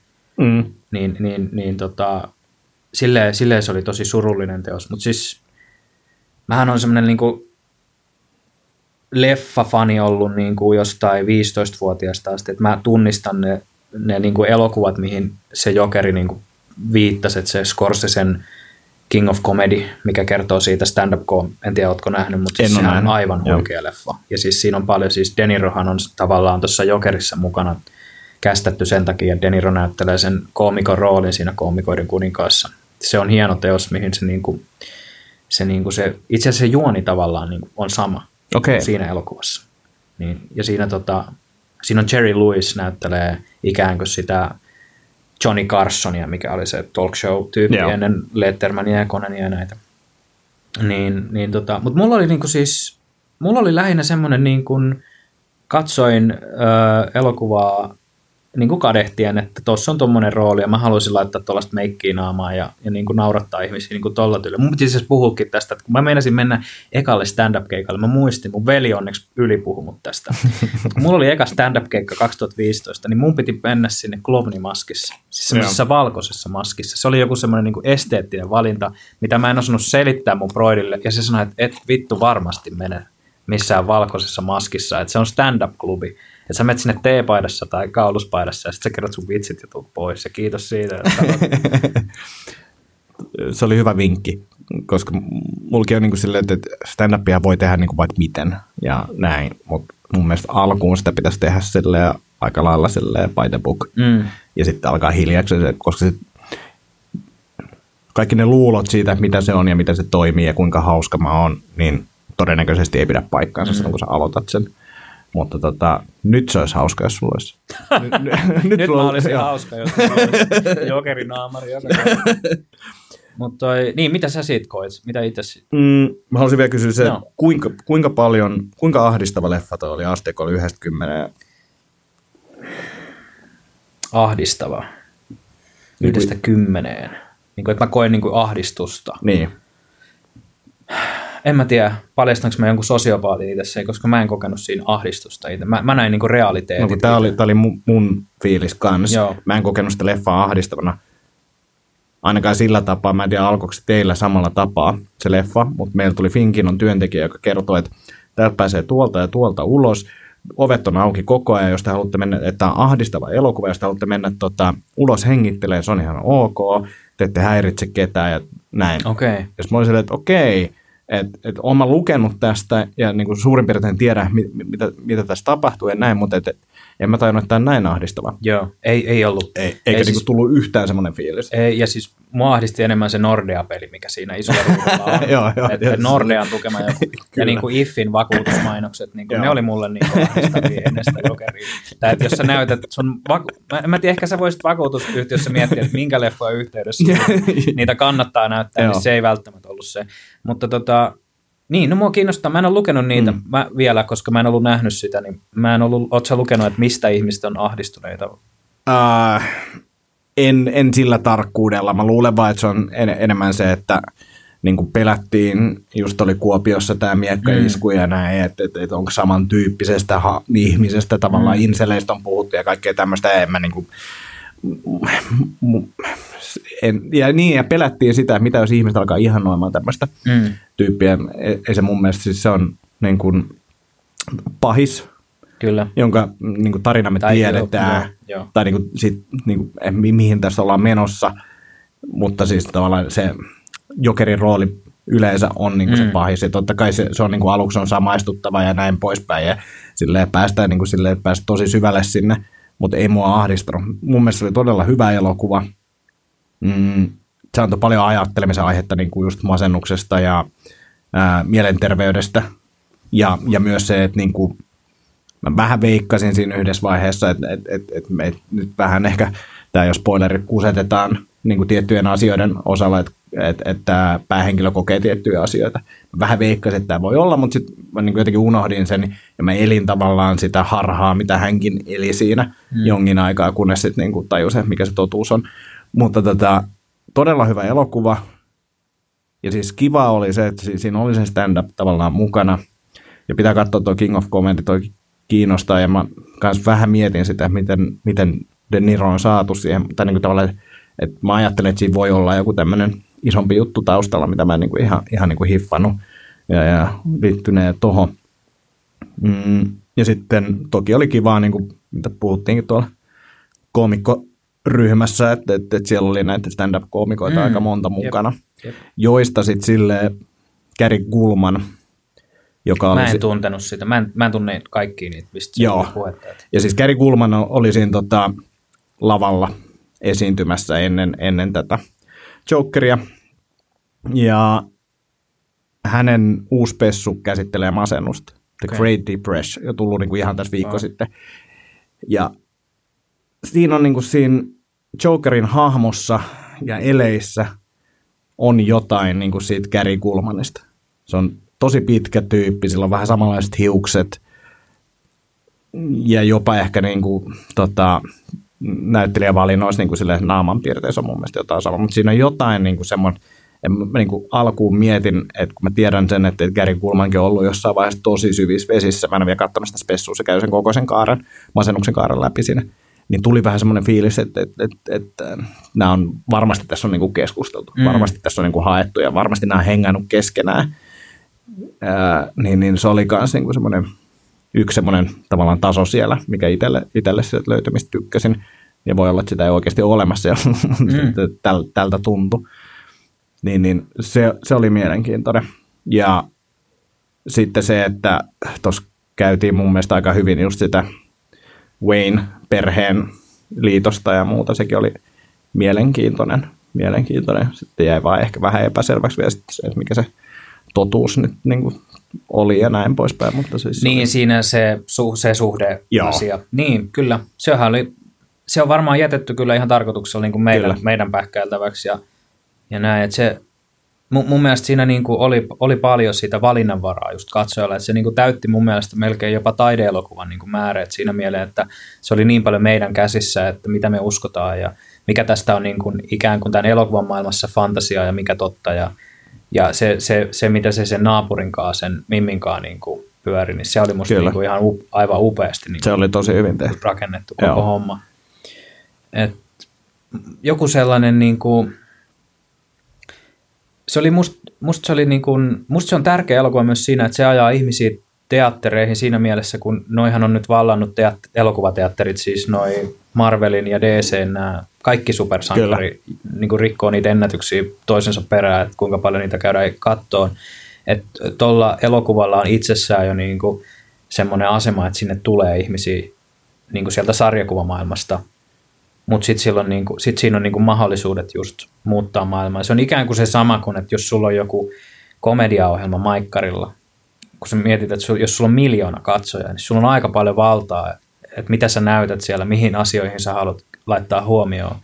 Silleen se oli tosi surullinen teos, mutta siis mähän on semmoinen niinku leffafani ollut niinku jostain 15-vuotiaasta asti, että mä tunnistan ne niinku elokuvat, mihin se Jokeri niinku viittasi, että se Scorsesen King of Comedy, mikä kertoo siitä stand-up, en tiedä, ootko nähnyt, mutta siis sehän on aivan huikea leffa. Ja siis siinä on paljon, siis De Nirohan on tavallaan tuossa Jokerissa mukana kästetty sen takia, että De Niro näyttelee sen koomikon roolin siinä Koomikoiden kuninkaassa. Se on hieno teos, mihin se itse asiassa se juoni tavallaan niinku on sama siinä elokuvassa. Niin, ja siinä on Jerry Lewis näyttelee ikään kuin sitä Johnny Carsonia, mikä oli se talk show-tyyppi ennen Lettermania ja Conania ja näitä. Mutta mulla oli lähinnä semmoinen, niin kuin katsoin elokuvaa niin kuin kadehtien, että tuossa on tommonen rooli ja mä haluaisin laittaa tuollaista meikkiä naamaan ja niin kuin naurattaa ihmisiä niin kuin tolla tyyllä. Mun piti siis puhuakin tästä, että kun mä meinasin mennä ekalle stand-up-keikalle, mä muistin, mun veli onneksi ylipuhui mut tästä. Mutta kun mulla oli eka stand-up-keikka 2015, niin mun piti mennä sinne klovnimaskissa, siis semmoisessa valkoisessa maskissa. Se oli joku semmoinen niin kuin esteettinen valinta, mitä mä en osannut selittää mun broidille, ja se sanoi, että et vittu varmasti mene missään valkoisessa maskissa, että se on stand-up-klubi. Että sä menet sinne teepaidassa tai kauluspaidassa ja sitten sä kerrot sun vitsit ja tulet pois. Ja kiitos siitä. Se oli hyvä vinkki, koska mullakin on niin kuin silleen, että stand-upia voi tehdä niin kuin vaikka miten ja näin. Mutta mun mielestä alkuun sitä pitäisi tehdä silleen aika lailla silleen by the book. Ja sitten alkaa hiljaksi, koska kaikki ne luulot siitä, mitä se on ja miten se toimii ja kuinka hauska mä oon, niin todennäköisesti ei pidä paikkaansa silloin, kun sä aloitat sen. Mutta nyt se olisi hauska, jos sulla olisi. Nyt mä olisin hauska, jos sulla olisi jokerinaamari. Mutta niin, mitä sä siitä koit? Mitä itse siitä? Mä haluaisin vielä kysyä se, kuinka ahdistava leffa toi oli asteikolla 1-10? Ahdistava. 1-10. Niin kuin, että mä koen niin kuin ahdistusta. Niin. En mä tiedä, paljastanko mä jonkun sosiopaatin itse, koska mä en kokenut siinä ahdistusta itse. Mä näin niinku realiteetit. No, tää oli mun fiilis kanssa. Joo. Mä en kokenut sitä leffaa ahdistavana. Ainakaan sillä tapaa, mä en tiedä alkoiko teillä samalla tapaa se leffa, mutta meillä tuli Finkinon työntekijä, joka kertoi, että täältä pääsee tuolta ja tuolta ulos. Ovet on auki koko ajan, jos te haluatte mennä, että on ahdistava elokuva, jos te haluatte mennä ulos hengittelemään, se on ihan ok. Te ette häiritse ketään ja näin. Okay. Ja mä olin silleen, että okei. Että olen mä lukenut tästä ja niin kuin suurin piirtein tiedä, mitä tässä tapahtuu ja näin, mutta en mä tajunnut, että tämä on näin ahdistava. Joo, ei ollut. Eikä siis tullut yhtään semmoinen fiilis. Ei, ja siis mua ahdisti enemmän se Nordea-peli, mikä siinä isolla ruudulla on. Että Nordean tukema joku. Ja niin kuin IFFin vakuutusmainokset, niin kuin ne oli mulle niin kuin ahdistavia ennen sitä Jokeria. Tai että jos sä näytät sun mä tiedän, ehkä sä voisit vakuutusyhtiössä miettiä, että minkä leffoja yhteydessä niitä kannattaa näyttää, niin se ei välttämättä ollut se. Mutta Niin, no mua kiinnostaa. Mä en ole lukenut niitä vielä, koska mä en ollut nähnyt sitä, niin mä en ollut, ootko sä lukenut, että mistä ihmiset on ahdistuneita? En sillä tarkkuudella. Mä luulen vaan, että se on enemmän se, että niin kuin pelättiin, just oli Kuopiossa tämä miekkaisku ja näin, että onko samantyyppisestä ihmisestä, tavallaan inseleistä on puhuttu ja kaikkea tämmöistä, en mä niin kuin, ja pelättiin sitä, että mitä jos ihmiset alkaa ihannoimaan tämmöistä tyyppiä. Ei se mun mielestä, siis se on niin kuin pahis, kyllä, jonka niin kuin tarina me tiedetään, tai niin kuin, niin kuin, mihin tässä ollaan menossa, mutta siis tavallaan se Jokerin rooli yleensä on niin kuin se pahis, ja totta kai se on niin kuin aluksi on samaistuttava ja näin poispäin, ja silleen päästään niin kuin silleen, päästä tosi syvälle sinne, mutta ei mua ahdistanut. Mun mielestä se oli todella hyvä elokuva. Se antoi paljon ajattelemisen aihetta niin kuin just masennuksesta ja mielenterveydestä, ja myös se, että niin kuin, mä vähän veikkasin siinä yhdessä vaiheessa, että nyt vähän ehkä, tämä jos spoilerit kusetetaan niin kuin tiettyjen asioiden osalla, että päähenkilö kokee tiettyjä asioita. Mä vähän veikkasin, että tämä voi olla, mutta sitten mä niin kuin jotenkin unohdin sen, ja mä elin tavallaan sitä harhaa, mitä hänkin eli siinä jonkin aikaa, kunnes sitten niin kuin tajusin, mikä se totuus on. Mutta todella hyvä elokuva, ja siis kiva oli se, että siinä oli se stand-up tavallaan mukana, ja pitää katsoa tuo King of Comedy, toi kiinnostaa, ja mä kans vähän mietin sitä, miten De Niro on saatu siihen, tai niin kuin tavallaan, että mä ajattelen, että siinä voi olla joku tämmöinen isompi juttu taustalla, mitä mä en niin kuin ihan niin kuin hiffannut, ja liittyneen tohon. Ja sitten toki oli kivaa, niin kuin mitä puhuttiinkin tuolla koomikkoryhmässä, että siellä oli näitä stand-up-koomikoita aika monta mukana, joista sitten silleen Gary Gulman, joka mä en tuntenut sitä. Mä en tunne kaikkia niitä, mistä se oli puhetta. Ja siis Gary Gulman oli siinä lavalla esiintymässä ennen tätä Jokeria. Ja hänen uusi pessu käsittelee masennusta. The Great Depression, jo tullut niin kuin ihan tässä viikko sitten. Ja siinä on niin kuin siinä Jokerin hahmossa ja eleissä on jotain niin kuin siitä Gary Gulmanista. Se on tosi pitkä tyyppi, sillä on vähän samanlaiset hiukset ja jopa ehkä niin kuin, näyttelijävalinnoissa niin kuin naamanpiirteissä on mun mielestä jotain sama, mutta siinä on jotain niin kuin semmoinen, mä niin kuin alkuun mietin, että kun mä tiedän sen, että Gary Gulmankin on ollut jossain vaiheessa tosi syvissä vesissä, mä en ole vielä katsonut sitä spessua, se käy sen kokoisen kaaren, masennuksen kaaren läpi siinä, niin tuli vähän semmoinen fiilis, että nämä on, varmasti tässä on niin kuin keskusteltu, varmasti tässä on niin kuin haettu ja varmasti nämä on hengannut keskenään. Niin se oli myös niinku yksi semmoinen tavallaan taso siellä, mikä itselle sieltä löytymistä tykkäsin. Ja voi olla, että sitä ei oikeasti ole olemassa, tältä tuntui. Niin se oli mielenkiintoinen. Ja sitten se, että tuossa käytiin mun mielestä aika hyvin just sitä Wayne-perheen liitosta ja muuta. Sekin oli mielenkiintoinen. Sitten jäi vaan ehkä vähän epäselväksi vielä sitten se, mikä se totuus nyt niin kuin oli ja näin poispäin. Mutta siis niin, siinä se suhde-asia. Niin, kyllä. Se on varmaan jätetty kyllä ihan tarkoituksella niin kuin meidän pähkäiltäväksi ja näin. Että se, mun mielestä siinä niin kuin oli paljon sitä valinnanvaraa just katsojalla, että se niin kuin täytti mun mielestä melkein jopa taideelokuvan niin kuin määreet siinä mieleen, että se oli niin paljon meidän käsissä, että mitä me uskotaan ja mikä tästä on niin kuin ikään kuin tämän elokuvan maailmassa fantasiaa ja mikä totta ja se mitä se sen naapurinkaan, sen Mimminkaan niin kuin pyöri, niin se oli musta niin kuin ihan aivan upeasti niin se oli tosi hyvin tehty. Rakennettu koko homma. Et joku sellainen, niin kuin, se oli musta se oli niin kuin, musta se on tärkeä elokuva myös siinä, että se ajaa ihmisiä teattereihin siinä mielessä, kun noihan on nyt vallannut elokuvateatterit, siis noi Marvelin ja DC:n nämä kaikki supersankari niin kuin rikkoo niitä ennätyksiä toisensa perään, että kuinka paljon niitä käydään kattoon. Että tuolla elokuvalla on itsessään jo niin kuin semmoinen asema, että sinne tulee ihmisiä niin kuin sieltä sarjakuvamaailmasta, mutta sitten niin siinä on niin kuin mahdollisuudet just muuttaa maailmaa. Se on ikään kuin se sama kuin, että jos sulla on joku komediaohjelma maikkarilla, kun sä mietit, että jos sulla on 1 miljoona katsojaa, niin sulla on aika paljon valtaa, että mitä sä näytät siellä, mihin asioihin sä haluat laittaa huomioon.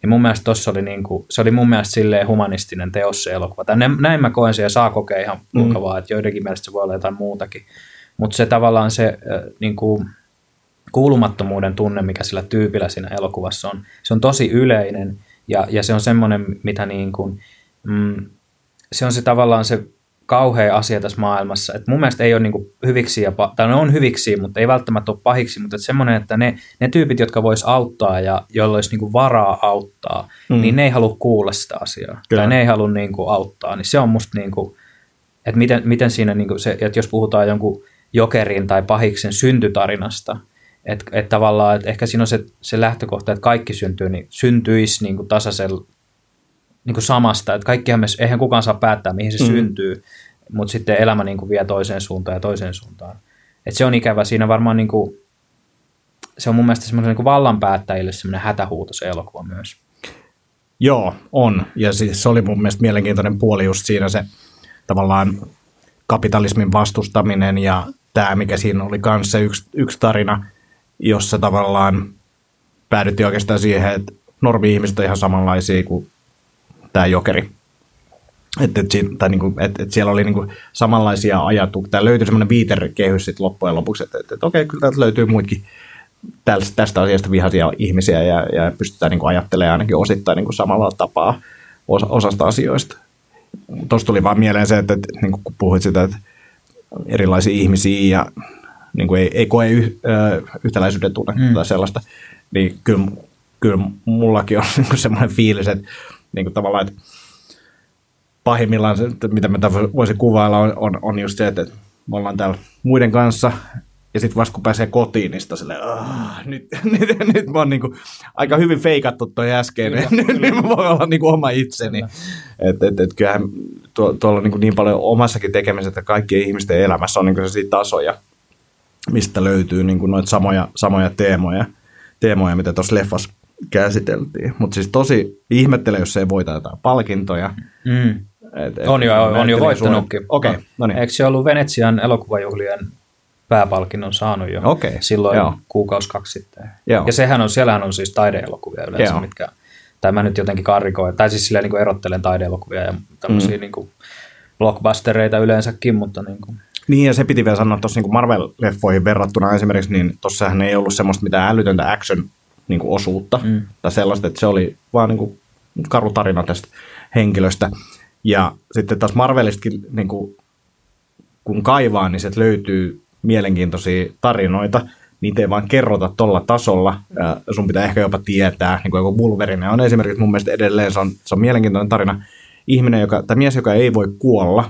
niin mun mielestä tossa oli niinku, se oli mun mielestä silleen humanistinen teos se elokuva. Tai näin mä koen sen ja saa kokea ihan mukavaa, että joidenkin mielestä se voi olla jotain muutakin. Mutta se tavallaan se niinku, kuulumattomuuden tunne, mikä sillä tyypillä siinä elokuvassa on, se on tosi yleinen ja se on semmoinen, mitä niinku, se on se tavallaan se kauhea asia tässä maailmassa, että mun mielestä ei ole niinku hyviksiä, tai ne on hyviksiä, mutta ei välttämättä ole pahiksi, mutta että semmoinen, että ne tyypit, jotka vois auttaa ja joilla olisi niinku varaa auttaa, niin ne ei halua kuulla sitä asiaa, kyllä. Tai ne ei halua niinku auttaa, niin se on musta, niinku, että miten siinä, niinku se, että jos puhutaan jonkun jokerin tai pahiksen syntytarinasta, että tavallaan, että ehkä siinä on se lähtökohta, että kaikki syntyisi niinku tasaisella, niin kuin samasta, että eihän kukaan saa päättää, mihin se syntyy, mutta sitten elämä niin kuin vie toiseen suuntaan ja toiseen suuntaan. Et se on ikävä. Siinä varmaan, niin kuin, se on mun mielestä semmoinen niin kuin vallanpäättäjille semmoinen hätähuuto se elokuva myös. Joo, on. Ja siis se oli mun mielestä mielenkiintoinen puoli just siinä se tavallaan kapitalismin vastustaminen ja tämä, mikä siinä oli kanssa yksi tarina, jossa tavallaan päädyttiin oikeastaan siihen, että normi-ihmiset on ihan samanlaisia kuin tämä jokeri. Että siellä oli niinku samanlaisia ajatuksia. Täällä löytyi semmoinen viitekehys sitten loppujen lopuksi, että okei, kyllä täältä löytyy muitakin tästä asiasta vihaisia ihmisiä ja pystytään niinku ajattelemaan ainakin osittain niinku samalla tapaa osasta asioista. Tuossa tuli vaan mieleen se, että niinku kun puhuit sitä, että erilaisia ihmisiä ja niinku ei koe yhtäläisyyden tunnetta tai sellaista, niin kyllä mullakin on niinku semmoinen fiilis, että niin kuin tavallaan, että pahimmillaan se, mitä mä voisin kuvailla, on just se, että me ollaan täällä muiden kanssa, ja sitten vasta kun pääsee kotiin, niin sitten silleen, nyt mä oon niin kuin aika hyvin feikattu toi äsken, nyt mä voin olla niin kuin oma itseni. Että kyllähän tuolla on niin paljon omassakin tekemisessä, että kaikkien ihmisten elämässä on niin kuin sellaisia tasoja, mistä löytyy niin kuin noita samoja teemoja, mitä tuossa leffassa käsiteltiin. Mutta siis tosi ihmettelen, jos se ei voita jotain palkintoja. On jo voittanutkin. Okay, no niin. Eikö se ollut Venetsian elokuvajuhlien pääpalkinnon saanut jo silloin kuukausi 2 sitten? Joo. Ja siellähän on siis taideelokuvia yleensä, mitkä, tai mä nyt jotenkin karrikoin, tai siis silleen niin kuin erottelen taideelokuvia ja tämmöisiä niin kuin blockbustereita yleensäkin, mutta niin kuin. Niin, ja se piti vielä sanoa tuossa niin Marvel-leffoihin verrattuna esimerkiksi, niin tuossahan ei ollut semmoista mitään älytöntä action niin kuin osuutta tai sellaista, että se oli vaan niin kuin karu tarina tästä henkilöstä. Ja sitten taas Marvelistakin, niin kuin, kun kaivaa, niin sieltä löytyy mielenkiintoisia tarinoita. Niitä ei vaan kerrota tuolla tasolla. Sun pitää ehkä jopa tietää, niin kuin joku Wolverine on esimerkiksi mun mielestä edelleen, se on mielenkiintoinen tarina. Mies, joka ei voi kuolla,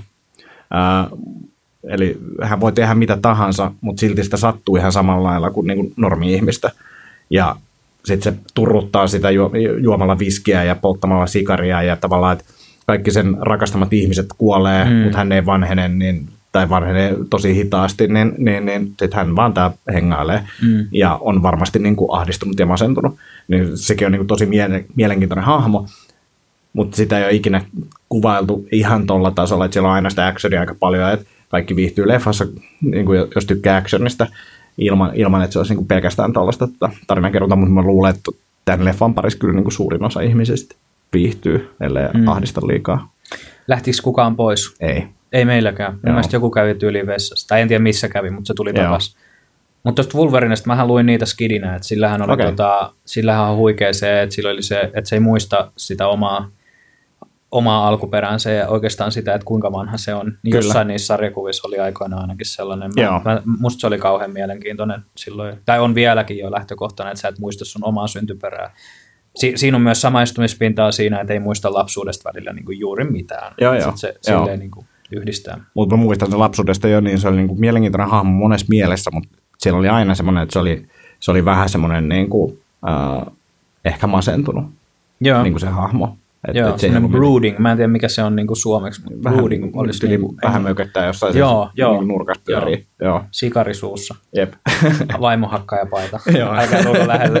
eli hän voi tehdä mitä tahansa, mutta silti sitä sattuu ihan samalla lailla kuin, niin kuin normi-ihmistä. Ja sitten se turruttaa sitä juomalla viskiä ja polttamalla sikaria ja tavallaan, että kaikki sen rakastamat ihmiset kuolee, mutta hän ei vanhene tai vanhenee tosi hitaasti, niin sitten hän vaan tää hengailee ja on varmasti niin kuin ahdistunut ja masentunut. Niin sekin on niin kuin tosi mielenkiintoinen hahmo, mutta sitä ei ole ikinä kuvailtu ihan tuolla tasolla, että siellä on aina sitä actionia aika paljon, että kaikki viihtyy leffassa, niin kuin jos tykkää actionista, ilman että se olisi niin kuin pelkästään tällaista tarinankerrontaa, mutta mä luulen, että tämän leffan parissa kyllä niin kuin suurin osa ihmisistä viihtyy, ellei ahdista liikaa. Lähtikö kukaan pois? Ei meilläkään. Mielestäni joku kävi tyyliin vessassa. Tai en tiedä missä kävi, mutta se tuli takaisin. Mutta tuosta Wolverinesta mähän luin niitä skidinä, että sillähän on huikea se, että sillä oli se, että se ei muista sitä omaa alkuperäänsä ja oikeastaan sitä, että kuinka vanha se on. Niin jossain niissä sarjakuvissa oli aikoinaan ainakin sellainen. Musta se oli kauhean mielenkiintoinen silloin. Tai on vieläkin jo lähtökohtana, että sä et muista sun omaa syntyperää. Siinä on myös samaistumispintaa siinä, että ei muista lapsuudesta välillä niin kuin juuri mitään. Se silleen niin kuin yhdistää. Mutta mä muistan sen lapsuudesta jo, niin se oli niin kuin mielenkiintoinen hahmo monessa mielessä, mutta siellä oli aina semmoinen, että se oli vähän semmoinen niin kuin, ehkä masentunut niin kuin se hahmo. Semmoinen brooding. Mä en tiedä, mikä se on niin kuin suomeksi, mutta brooding olisi niin kuin vähän mököttää jossain niin nurkasta pyörii. Sikarisuussa. Jep. Vaimohakkaajapaita. Aika tuolla lähelle.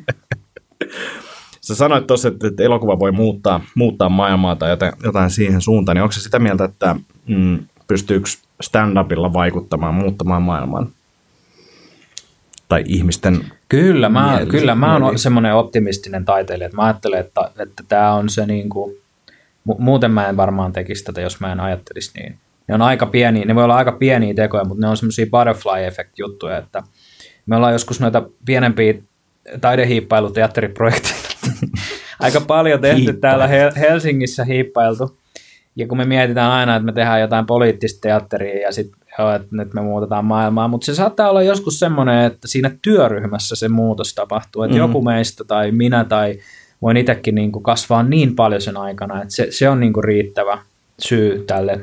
Sä sanoit tuossa, että elokuva voi muuttaa maailmaa tai jotain siihen suuntaan, niin onko se sitä mieltä, että pystyykö stand-upilla vaikuttamaan, muuttamaan maailman? tai ihmisten Kyllä mä oon semmoinen optimistinen taiteilija, että mä ajattelen, että tämä on se niinku, muuten mä en varmaan tekisi tätä, jos mä en ajattelisi niin. Ne on aika pieniä, ne voi olla aika pieniä tekoja, mutta ne on semmoisia butterfly-effect-juttuja, että me ollaan joskus noita pienempiä taidehiippailuteatteriprojekteja aika paljon tehty täällä Helsingissä hiippailtu. Ja kun me mietitään aina, että me tehdään jotain poliittista teatteria ja sitten että nyt me muutetaan maailmaa, mutta se saattaa olla joskus semmoinen, että siinä työryhmässä se muutos tapahtuu, että joku meistä tai minä tai voin itsekin niin kuin kasvaa niin paljon sen aikana, että se on niin kuin riittävä syy tälle.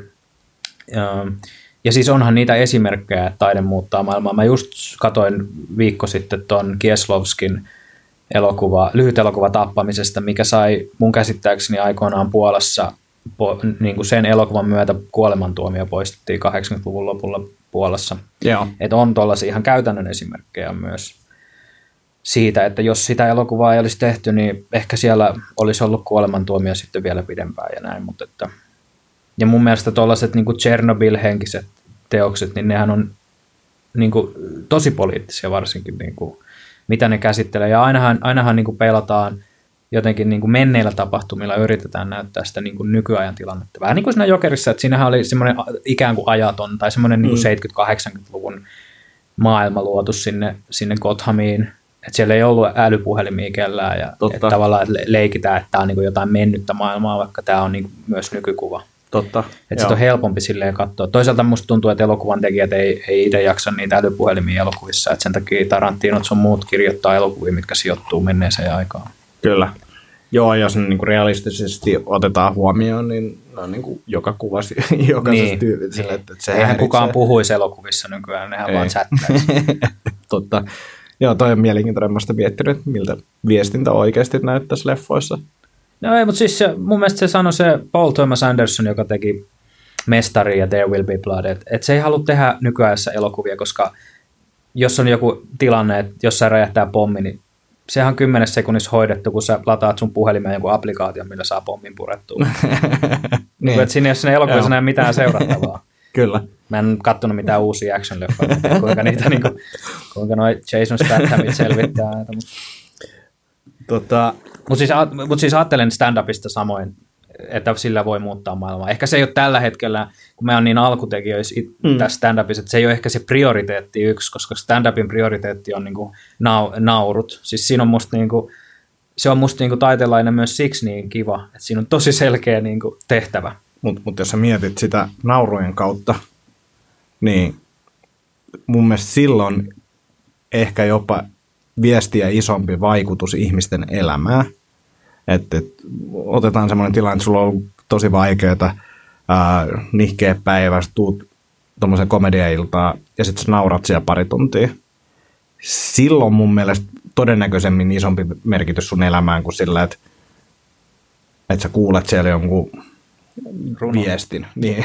Ja siis onhan niitä esimerkkejä, että taide muuttaa maailmaa. Mä just katoin viikko sitten ton Kieslowskin lyhyt elokuva tappamisesta, mikä sai mun käsittääkseni aikoinaan Puolassa, niin kuin sen elokuvan myötä kuolemantuomio poistettiin 80-luvun lopulla Puolassa. Että on tuollaisia ihan käytännön esimerkkejä myös siitä, että jos sitä elokuvaa ei olisi tehty, niin ehkä siellä olisi ollut kuolemantuomio sitten vielä pidempään ja näin. Ja mun mielestä tuollaiset niin kuin Chernobyl-henkiset teokset, niin nehän on niin kuin tosi poliittisia varsinkin, niin kuin, mitä ne käsittelee. Ja ainahan niin kuin peilataan jotenkin niin kuin menneillä tapahtumilla, yritetään näyttää sitä niin kuin nykyajan tilannetta. Vähän niin kuin siinä Jokerissa, että siinähän oli semmoinen ikään kuin ajaton tai semmoinen niin kuin 70-80-luvun maailma luotu sinne Gothamiin. Että siellä ei ollut älypuhelimia kellään ja että tavallaan että leikitään, että tämä on niin kuin jotain mennyttä maailmaa, vaikka tämä on niin kuin myös nykykuva. Totta. Että se on helpompi silleen katsoa. Toisaalta musta tuntuu, että elokuvan tekijät ei itse jaksa niitä älypuhelimia elokuvissa, että sen takia Tarantinot sun muut kirjoittaa elokuvia, mitkä sijoittuu menneeseen aikaan. Kyllä. Joo, jos ne niinku realistisesti otetaan huomioon, niin on niinku joka kuvasi jokaisessa tyypillä. Niin. Eihän kukaan puhuisi elokuvissa nykyään, nehän vaan chattaisi. Totta. Joo, toi on mielenkiintoinen. Mä sitä miettinyt, miltä viestintä oikeasti näyttäisi leffoissa. No ei, mutta siis mun mielestä se sanoi se Paul Thomas Anderson, joka teki Mestari ja There Will Be Blood, että se ei halua tehdä nykyajassa elokuvia, koska jos on joku tilanne, että jossain räjähtää pommi, niin sehän on 10 sekunnissa hoidettu, kun sä lataat sun puhelimeen jonkun applikaation, millä saa pommin purettua. Niin. Että siinä ei ole siinä elokuvissa näe mitään seurattavaa. Kyllä. Mä en katsonut mitään uusia action-leffoja, kuinka noi Jason Stathamit selvittää näitä. Mutta siis ajattelen stand-upista samoin, että sillä voi muuttaa maailmaa. Ehkä se ei ole tällä hetkellä, kun mä oon niin alkutekijöissä tässä stand-upissa, että se ei ole ehkä se prioriteetti yksi, koska stand-upin prioriteetti on niinku naurut. Siis siinä on musta niinku, se on musta niinku taiteellainen myös siksi niin kiva, että siinä on tosi selkeä niinku tehtävä. Mutta jos sä mietit sitä naurujen kautta, niin mun mielestä silloin ehkä jopa viestiä isompi vaikutus ihmisten elämään. Että otetaan semmoinen tilanne, että sulla on ollut tosi vaikeaa nihkeä päivä, sä tuut tuommoisen komediailtaan ja sitten sä naurat siellä pari tuntia. Silloin mun mielestä todennäköisemmin isompi merkitys sun elämään kuin sillä, että sä kuulet siellä jonkun viestin. Niin.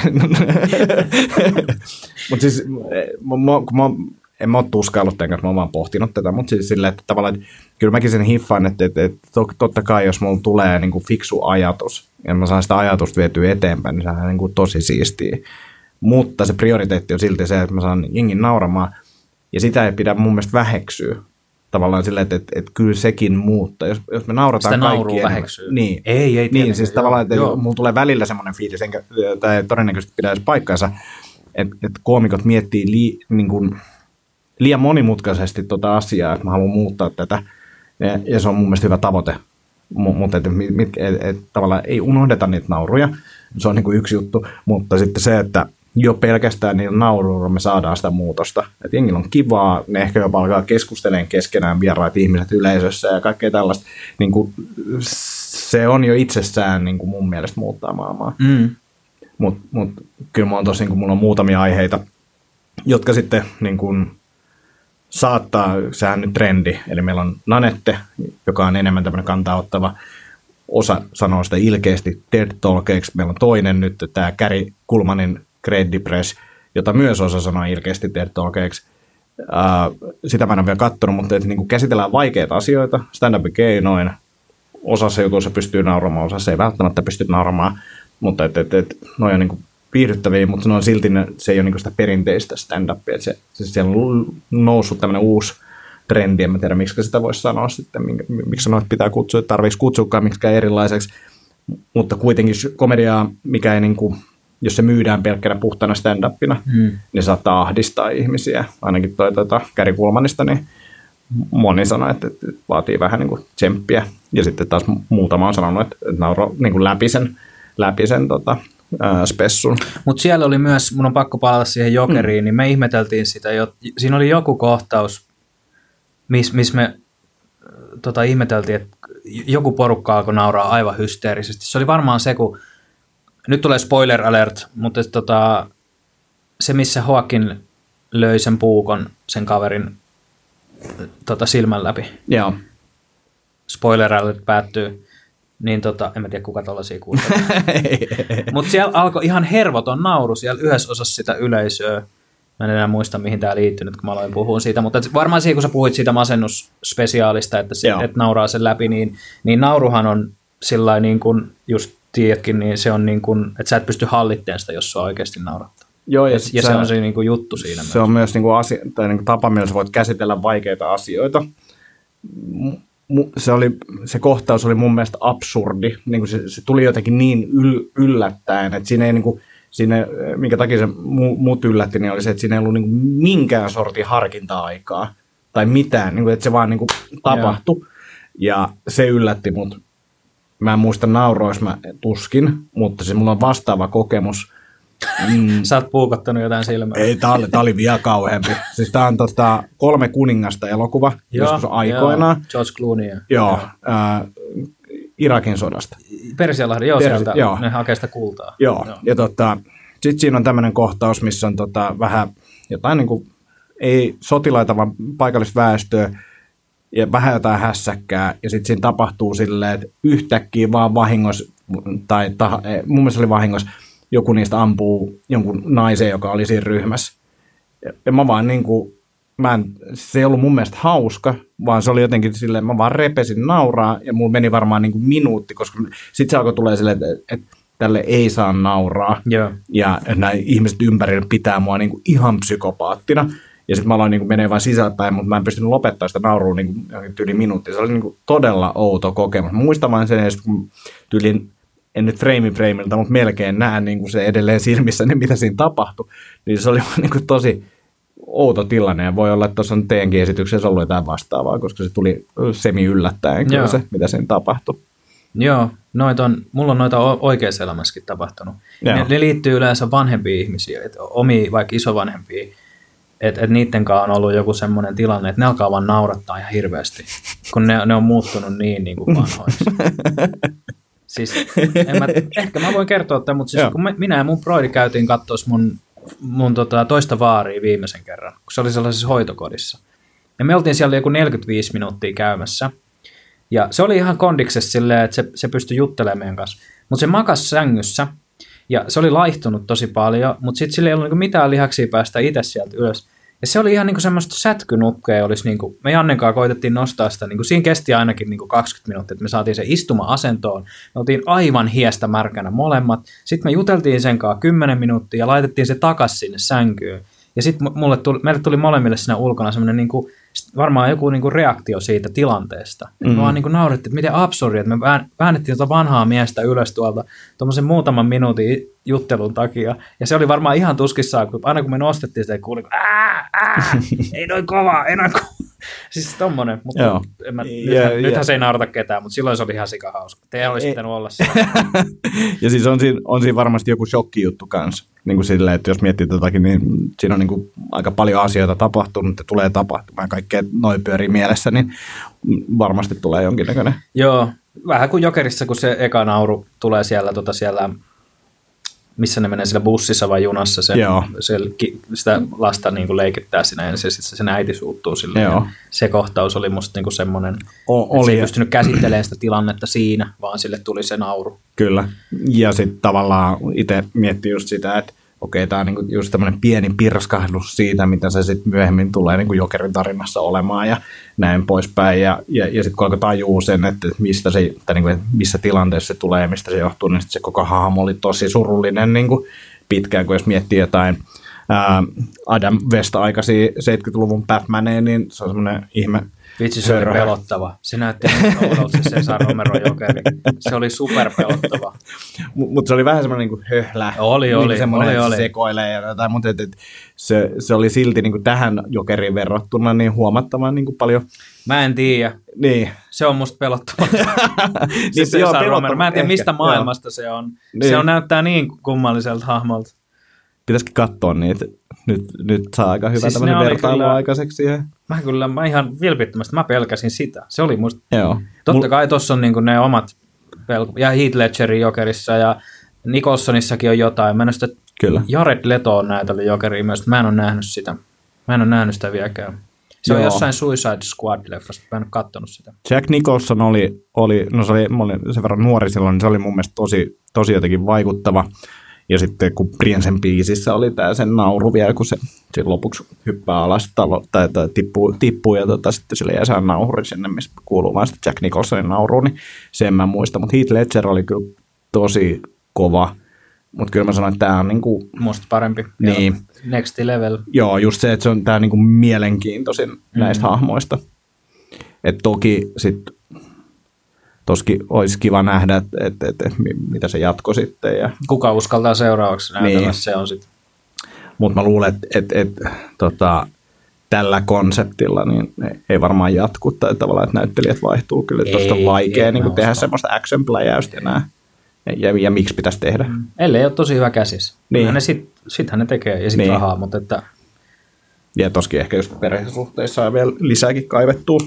Mutta siis en mä ole tuskaillut tämän kanssa, mä oon vaan pohtinut tätä, mutta siis silleen, että tavallaan, että kyllä mäkin sen hiffaan, että totta kai jos mulla tulee niin kuin fiksu ajatus, ja mä saan sitä ajatusta vietyä eteenpäin, niin sehän on niin kuin tosi siistiä. Mutta se prioriteetti on silti se, että mä saan jengin nauramaan, ja sitä ei pidä mun mielestä väheksyä. Tavallaan silleen, että kyllä sekin muuttaa. Jos me naurataan sitä kaikki nauruu väheksyy. Niin, ei siis tavallaan, että mulla tulee välillä semmoinen fiilis, tai todennäköisesti pitäisi paikkansa, että koomikot miettii niin kuin liian monimutkaisesti tuota asiaa, että mä haluan muuttaa tätä, ja se on mun mielestä hyvä tavoite, mutta tavallaan ei unohdeta niitä nauruja, se on niin kuin yksi juttu, mutta sitten se, että jo pelkästään niillä nauruilla me saadaan sitä muutosta, että jengillä on kivaa, ne ehkä jopa alkaa keskustelemaan keskenään vieraat ihmiset yleisössä ja kaikkea tällaista, niin kuin, se on jo itsessään niin kuin mun mielestä muuttaa maailmaa, mutta kyllä mulla on muutamia aiheita, jotka sitten niin kuin saattaa, sehän on nyt trendi, eli meillä on Nanette, joka on enemmän tämmöinen kantaa-ottava, osa sanoo sitä ilkeästi TED Talkeiksi, meillä on toinen nyt, tämä Gary Kulmanin Great Depress, jota myös osa sanoo ilkeästi TED Talkeiksi. Sitä mä en ole vielä katsonut, mutta että niin kuin käsitellään vaikeita asioita, stand-upin keinoin, osassa jutuissa pystyy nauramaan, osassa ei välttämättä pysty nauramaan, mutta ne on niin kuin viihdyttäviä, mutta ne on silti, se ei ole niin sitä perinteistä stand-upia. Se siellä on noussut tämmöinen uusi trendi, en mä tiedä, miksi sitä voisi sanoa sitten, miksi sanoa, että pitää kutsua, että tarvitsisi kutsukaan miksikään erilaiseksi, mutta kuitenkin komediaa, mikä ei niin kuin, jos se myydään pelkkänä puhtana stand-upina, niin saattaa ahdistaa ihmisiä, ainakin Gary Gulmanista, niin moni sanoo, että vaatii vähän niin kuin tsemppiä, ja sitten taas muutama on sanonut, että nauroi niin kuin läpi sen spessun. Mutta siellä oli myös, mun on pakko palata siihen Jokeriin, niin me ihmeteltiin sitä, siinä oli joku kohtaus, missä me ihmeteltiin, että joku porukka alkoi nauraa aivan hysteerisesti. Se oli varmaan se, kun, nyt tulee spoiler alert, mutta se missä Joaquin löi sen puukon sen kaverin silmän läpi. Joo. Spoiler alert päättyy. Niin en mä tiedä kuka tollaisia kuuntelee. Mutta siellä alkoi ihan hervoton nauru siellä yhdessä osassa sitä yleisöä. Mä en enää muista, mihin tämä liittyy nyt, kun mä aloin puhua siitä. Mutta varmaan siihen, kun sä puhuit siitä masennusspesiaalista, että nauraa sen läpi, niin nauruhan on sillain niin kuin, just tiedätkin, niin se on niin kuin, että sä et pysty hallittamaan sitä, jos sua oikeasti naurattaa. Joo, ja se on se niin kuin juttu siinä. Se on myös niin kuin niin kuin tapa, millä sä voit käsitellä vaikeita asioita. Se kohtaus oli mun mielestä absurdi. Niin kuin se tuli jotenkin niin yllättäen, että siinä ei niin kuin, minkä takia se mut yllätti, niin oli se, että siinä ei ollut niin kuin minkään sortin harkinta-aikaa tai mitään, niin kuin, että se vaan niin kuin tapahtui. Ja se yllätti mut. Mä en muista naurois mä tuskin, mutta se mulla on vastaava kokemus. Sä oot puukottanut jotain silmää. Ei, tää oli vielä kauheampi. Siis tää on 3 kuningasta elokuva, joskus aikoinaan. George Clooney. Joo, Irakin sodasta. Persialahden, sieltä ne hakee sitä kultaa. Joo. Ja sit siinä on tämmönen kohtaus, missä on vähän jotain niinku, ei sotilaita, vaan paikallista väestöä, ja vähän jotain hässäkkää, ja sitten siinä tapahtuu silleen, että yhtäkkiä vaan vahingossa, mun mielestä oli vahingossa, joku niistä ampuu jonkun naisen, joka oli siinä ryhmässä. Ja mä vaan niinku, se ei ollut mun mielestä hauska, vaan se oli jotenkin silleen, mä vaan repesin nauraa, ja mulla meni varmaan niinku minuutti, koska sitten se alkoi tulee silleen, että tälle ei saa nauraa, ja nämä ihmiset ympärillä pitää mua niinku ihan psykopaattina. Ja sitten mä aloin niin menee vain sisältäpäin, mutta mä en pystynyt lopettamaan sitä naurua niin yli minuuttia. Se oli niin todella outo kokemus. Mä muistan vain sen, että kun tyylin, en nyt frameilta, mutta melkein näen niin se edelleen silmissäni, mitä siinä tapahtui. Niin se oli niin tosi outo tilanne. Ja voi olla, että tuossa on teidänkin esityksessä ollut jotain vastaavaa, koska se tuli semi-yllättäen, kyllä se, mitä siinä tapahtui. Joo, mulla on noita oikeassa elämässäkin tapahtunut. Ne liittyy yleensä vanhempiin ihmisiin, omia vaikka isovanhempiin. Että niiden kanssa on ollut joku semmoinen tilanne, että ne alkaa vaan naurattaa ihan hirveästi, kun ne on muuttunut niin kuin vanhoiksi. Siis, ehkä mä voin kertoa tämän, mutta siis, kun minä ja mun broidi käytiin katsoa mun toista vaaria viimeisen kerran, kun se oli sellaisessa hoitokodissa. Ja me oltiin siellä joku 45 minuuttia käymässä. Ja se oli ihan kondiksessa silleen, että se pystyi juttelemaan meidän kanssa. Mutta se makasi sängyssä. Ja se oli laihtunut tosi paljon, mutta sitten sillä ei ollut niinku mitään lihaksia päästä itse sieltä ylös. Ja se oli ihan niinku semmoista sätkynukkea. Niinku, me Jannen kanssa koitettiin nostaa sitä. Niinku, siinä kesti ainakin niinku 20 minuuttia, että me saatiin se istuma-asentoon. Me oltiin aivan hiestä märkänä molemmat. Sitten me juteltiin sen kanssa 10 minuuttia ja laitettiin se takaisin sinne sänkyyn. Ja sitten meille tuli molemmille siinä ulkona semmoinen niinku, varmaan joku niinku reaktio siitä tilanteesta. Me vaan niinku naurettiin, että miten absurdia, että me väännettiin tuota vanhaa miestä ylös tuolta tuommoisen muutaman minuutin juttelun takia. Ja se oli varmaan ihan tuskissaan, kun aina kun me nostettiin sitä, kuuli, ei noin kovaa. Siis tommonen, mutta nythän se ei naurata ketään, mutta silloin se oli ihan sikahauska. Teidän olisi pitänyt olla se. Ja siis on siinä varmasti joku shokkijuttu kanssa. Niin kuin silleen, että jos miettii tätäkin, niin siinä on niin kuin aika paljon asioita tapahtunut ja tulee tapahtumaan. Kaikkea noin pyörii mielessä, niin varmasti tulee jonkinnäköinen. Joo, vähän kuin Jokerissa, kun se eka nauru tulee siellä missä ne menee siellä bussissa vai junassa, sitä lasta niin kuin leikittää siinä ja sitten sen äiti suuttuu sille. Se kohtaus oli musta niin semmoinen, että se ei pystynyt käsittelemään sitä tilannetta siinä, vaan sille tuli se nauru. Kyllä, ja sitten tavallaan itse miettii just sitä, että okei, tämä on niinku just tämmöinen pieni pirskahdus siitä, mitä se sitten myöhemmin tulee niinku Jokerin tarinassa olemaan ja näin poispäin. Ja sitten kun alkoi tajua sen, että mistä se, tai niinku, missä tilanteessa se tulee ja mistä se johtuu, niin se koko hahmo oli tosi surullinen niinku pitkään, kun jos miettii jotain Adam West-aikaisia 70-luvun Batmaneja, niin se on semmoinen ihme. Vitsi, se oli pelottava. Se näytti oudolta se Cesar Romero Jokeri. Se oli super pelottava. Mutta se oli vähän semmoinen niin höhlä. Oli. Semmoinen, että se sekoilee ja jotain, mutta se oli silti niin kuin tähän Jokeriin verrattuna niin huomattavan niin kuin paljon. Mä en tiedä. Niin. Se on musta pelottava. Se Cesar Romero. Mä en tiedä, mistä maailmasta se on. Niin. Se näyttää niin kummalliselta hahmolta. Pitäisikin katsoa niitä. Nyt saa aika hyvä tämmöinen vertailu aikaiseksi. Mä ihan vilpittömästi, mä pelkäsin sitä. Se oli musta. Joo. Totta kai tossa on niinku ne omat ja Heath Ledgerin Jokerissa ja Nicholsonissakin on jotain. Mä en sitä Jared Leto on näytellyt Jokeria myös, mä en ole nähnyt sitä. Mä en ole nähnyt sitä vieläkään. Se on jossain Suicide Squad-leffasta, mä en ole kattonut sitä. Jack Nicholson oli mä olin sen verran nuori silloin, niin se oli mun mielestä tosi jotenkin vaikuttava. Ja sitten kun Priensen biisissä oli tää sen nauru vielä, kun se lopuksi hyppää alas tai tippuu ja sitten sille jää se nauru sinne, missä kuuluu vaan sitten Jack Nicholsonin nauruun, niin sen mä muistan. Mutta Heath Ledger oli kyllä tosi kova, mutta kyllä mä sanoin, että tää on niinku musta parempi. Niin. Next level. Joo, just se, että se on tää niinku mielenkiintoisin näistä hahmoista. Että toki sitten toskin olisi kiva nähdä, että mitä se jatko sitten. Ja kuka uskaltaa seuraavaksi näytellä, niin. Se on sitten. Mutta mä luulen, että tällä konseptilla niin ei varmaan jatku, tai tavallaan, että näyttelijät vaihtuu. Kyllä tuosta on vaikea niin tehdä semmoista action-pläjäystä enää. Ja miksi pitäisi tehdä? Ellei ole tosi hyvä käsissä. Niin. Sittenhän ne tekee, ja sitten rahaa, mutta että. Ja toskin ehkä just perhesuhteissa on vielä lisääkin kaivettua.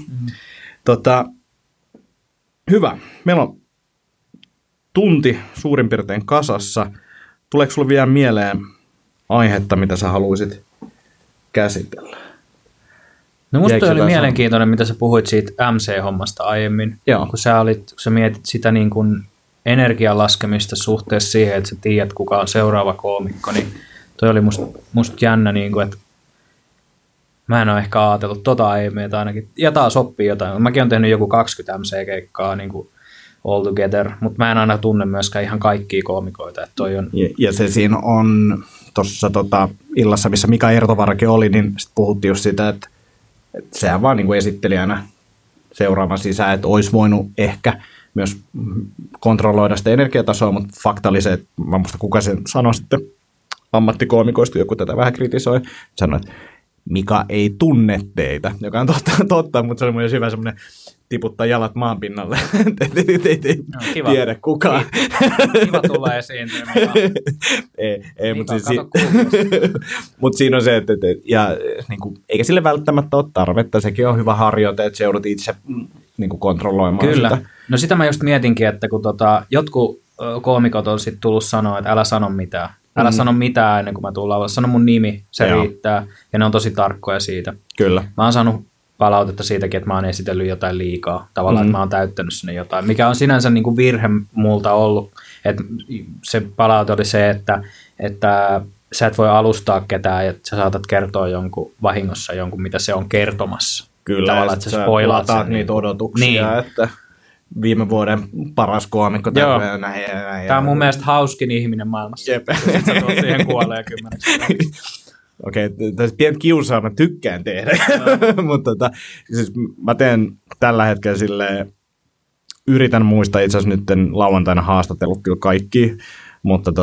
Hyvä. Meillä on tunti suurin piirtein kasassa. Tuleeko sinulle vielä mieleen aihetta, mitä sä haluaisit käsitellä? No musta oli mielenkiintoinen, mitä sä puhuit siitä MC-hommasta aiemmin. Joo. Kun sä mietit sitä niin kuin energialaskemista suhteessa siihen, että sä tiedät, kuka on seuraava koomikko, niin toi oli musta jännä, niin kuin, että mä en ole ehkä ajatellut aiemmin, että ainakin, ja taas oppii jotain. Mäkin olen tehnyt joku 20 MC-keikkaa niin kuin all together, mutta mä en aina tunne myöskään ihan kaikkia koomikoita. Että toi on. Ja se siinä on tuossa illassa, missä Mika Ertovarakin oli, niin sit puhuttiin just sitä, että sehän vaan niin kuin esittelijänä seuraavan sisään, että olisi voinut ehkä myös kontrolloida sitä energiatasoa, mutta fakta oli se, että mä muista kuka sen sanoi sitten ammattikoomikoista, joku tätä vähän kritisoi, sanoi, että Mika ei tunne teitä, joka on totta, mutta se oli myös hyvä semmoinen tiputtaa jalat maan pinnalle. Ei tiedä kukaan. Kiva tulla esiintymään. Ei, mutta siinä on se, että niinku, eikä sille välttämättä ole tarvetta. Sekin on hyvä harjoite, että se joudut itse niinku, kontrolloimaan Kyllä. sitä. No sitä mä just mietinkin, että kun jotkut koomikot on sitten tullut sanoa, että älä sano mitään. Älä sano mitään ennen kuin mä tuun lavalle. Sano mun nimi, se riittää. Ja ne on tosi tarkkoja siitä. Kyllä. Mä oon saanut palautetta siitäkin, että mä oon esitellyt jotain liikaa. Tavallaan, että mä oon täyttänyt sinne jotain. Mikä on sinänsä niin kuin virhe multa ollut. Että se palaute oli se, että sä et voi alustaa ketään ja sä saatat kertoa jonkun vahingossa jonkun, mitä se on kertomassa. Kyllä, tavallaan, että sä spoilaat sen. Niitä odotuksia, että viime vuoden paras koomikko. Näin. Tämä on mun mielestä hauskin ihminen maailmassa. Jep. Sitten sä tuot siihen kuolee 10. Okei, tässä pientä kiusaa mä tykkään tehdä, mutta siis mä teen tällä hetkellä silleen, yritän muistaa itse asiassa nyt lauantaina haastatellut kyllä kaikki, mutta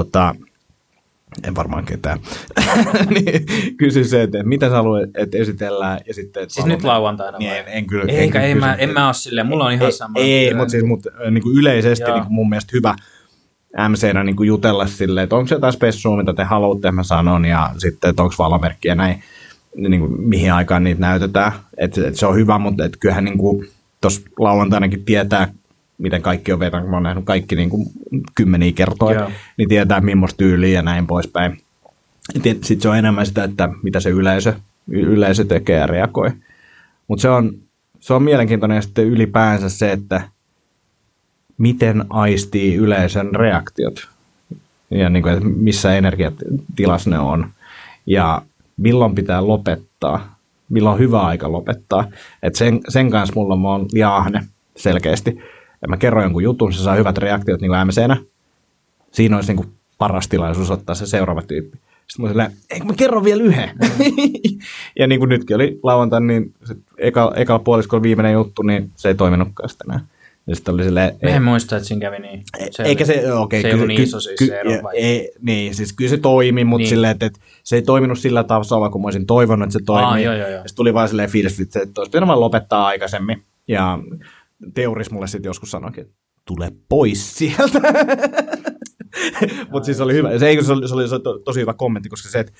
en varmaan ketään. Niin, kysy se, että mitä sä haluat, että esitellään. Ja sitten, siis nyt lauantaina niin, vai? En kyllä. En mä ole silleen, mulla on ihan sama. Ei, mutta siis, niin kuin yleisesti niin kuin mun mielestä hyvä MC:nä niin kuin jutella silleen, että onko se jotain spessua, mitä te haluatte, mä sanon, ja sitten, että onko valomerkkiä näin, niin kuin, mihin aikaan niitä näytetään. Että se on hyvä, mutta että kyllähän niin kuin tuossa lauantainakin tietää, miten kaikki on vetänyt, kun mä oon nähnyt kaikki niin kuin kymmeniä kertoja, niin tietää, millaista tyyliä ja näin poispäin. Sitten se on enemmän sitä, että mitä se yleisö tekee ja reagoi. Mutta se on mielenkiintoinen sitten ylipäänsä se, että miten aistii yleisön reaktiot ja niin kuin, että missä energiatilassa ne on ja milloin pitää lopettaa, milloin on hyvä aika lopettaa. Et sen kanssa mulla on liian ahne selkeästi. Ja mä kerron jonkun jutun, se saa hyvät reaktiot niin kuin MC:nä. Siinä olisi niin kuin paras tilaisuus ottaa se seuraava tyyppi. Sitten mä silleen, eikö mä kerron vielä yhden? Ja niin kuin nytkin oli lauantain, niin ekalla puoliskolla viimeinen juttu, niin se ei toiminutkaan sitä enää. Ja sitten oli silleen... En muista, että siinä kävi niin. Eikä se, okei. Se ei ollut niin iso siis se ero vai? Niin, siis kyllä se toimi, mutta niin. Silleen, että se ei toiminut sillä tavalla, kun mä olisin toivonut, että se toimii. Joo. Ja sitten tuli vaan silleen fiilis, että olisi pitänyt vaan lopettaa aikaisemmin. Ja Teuris mulle sitten joskus sanoikin, että tule pois sieltä. Mutta siis oli hyvä. Se oli tosi hyvä kommentti, koska se, että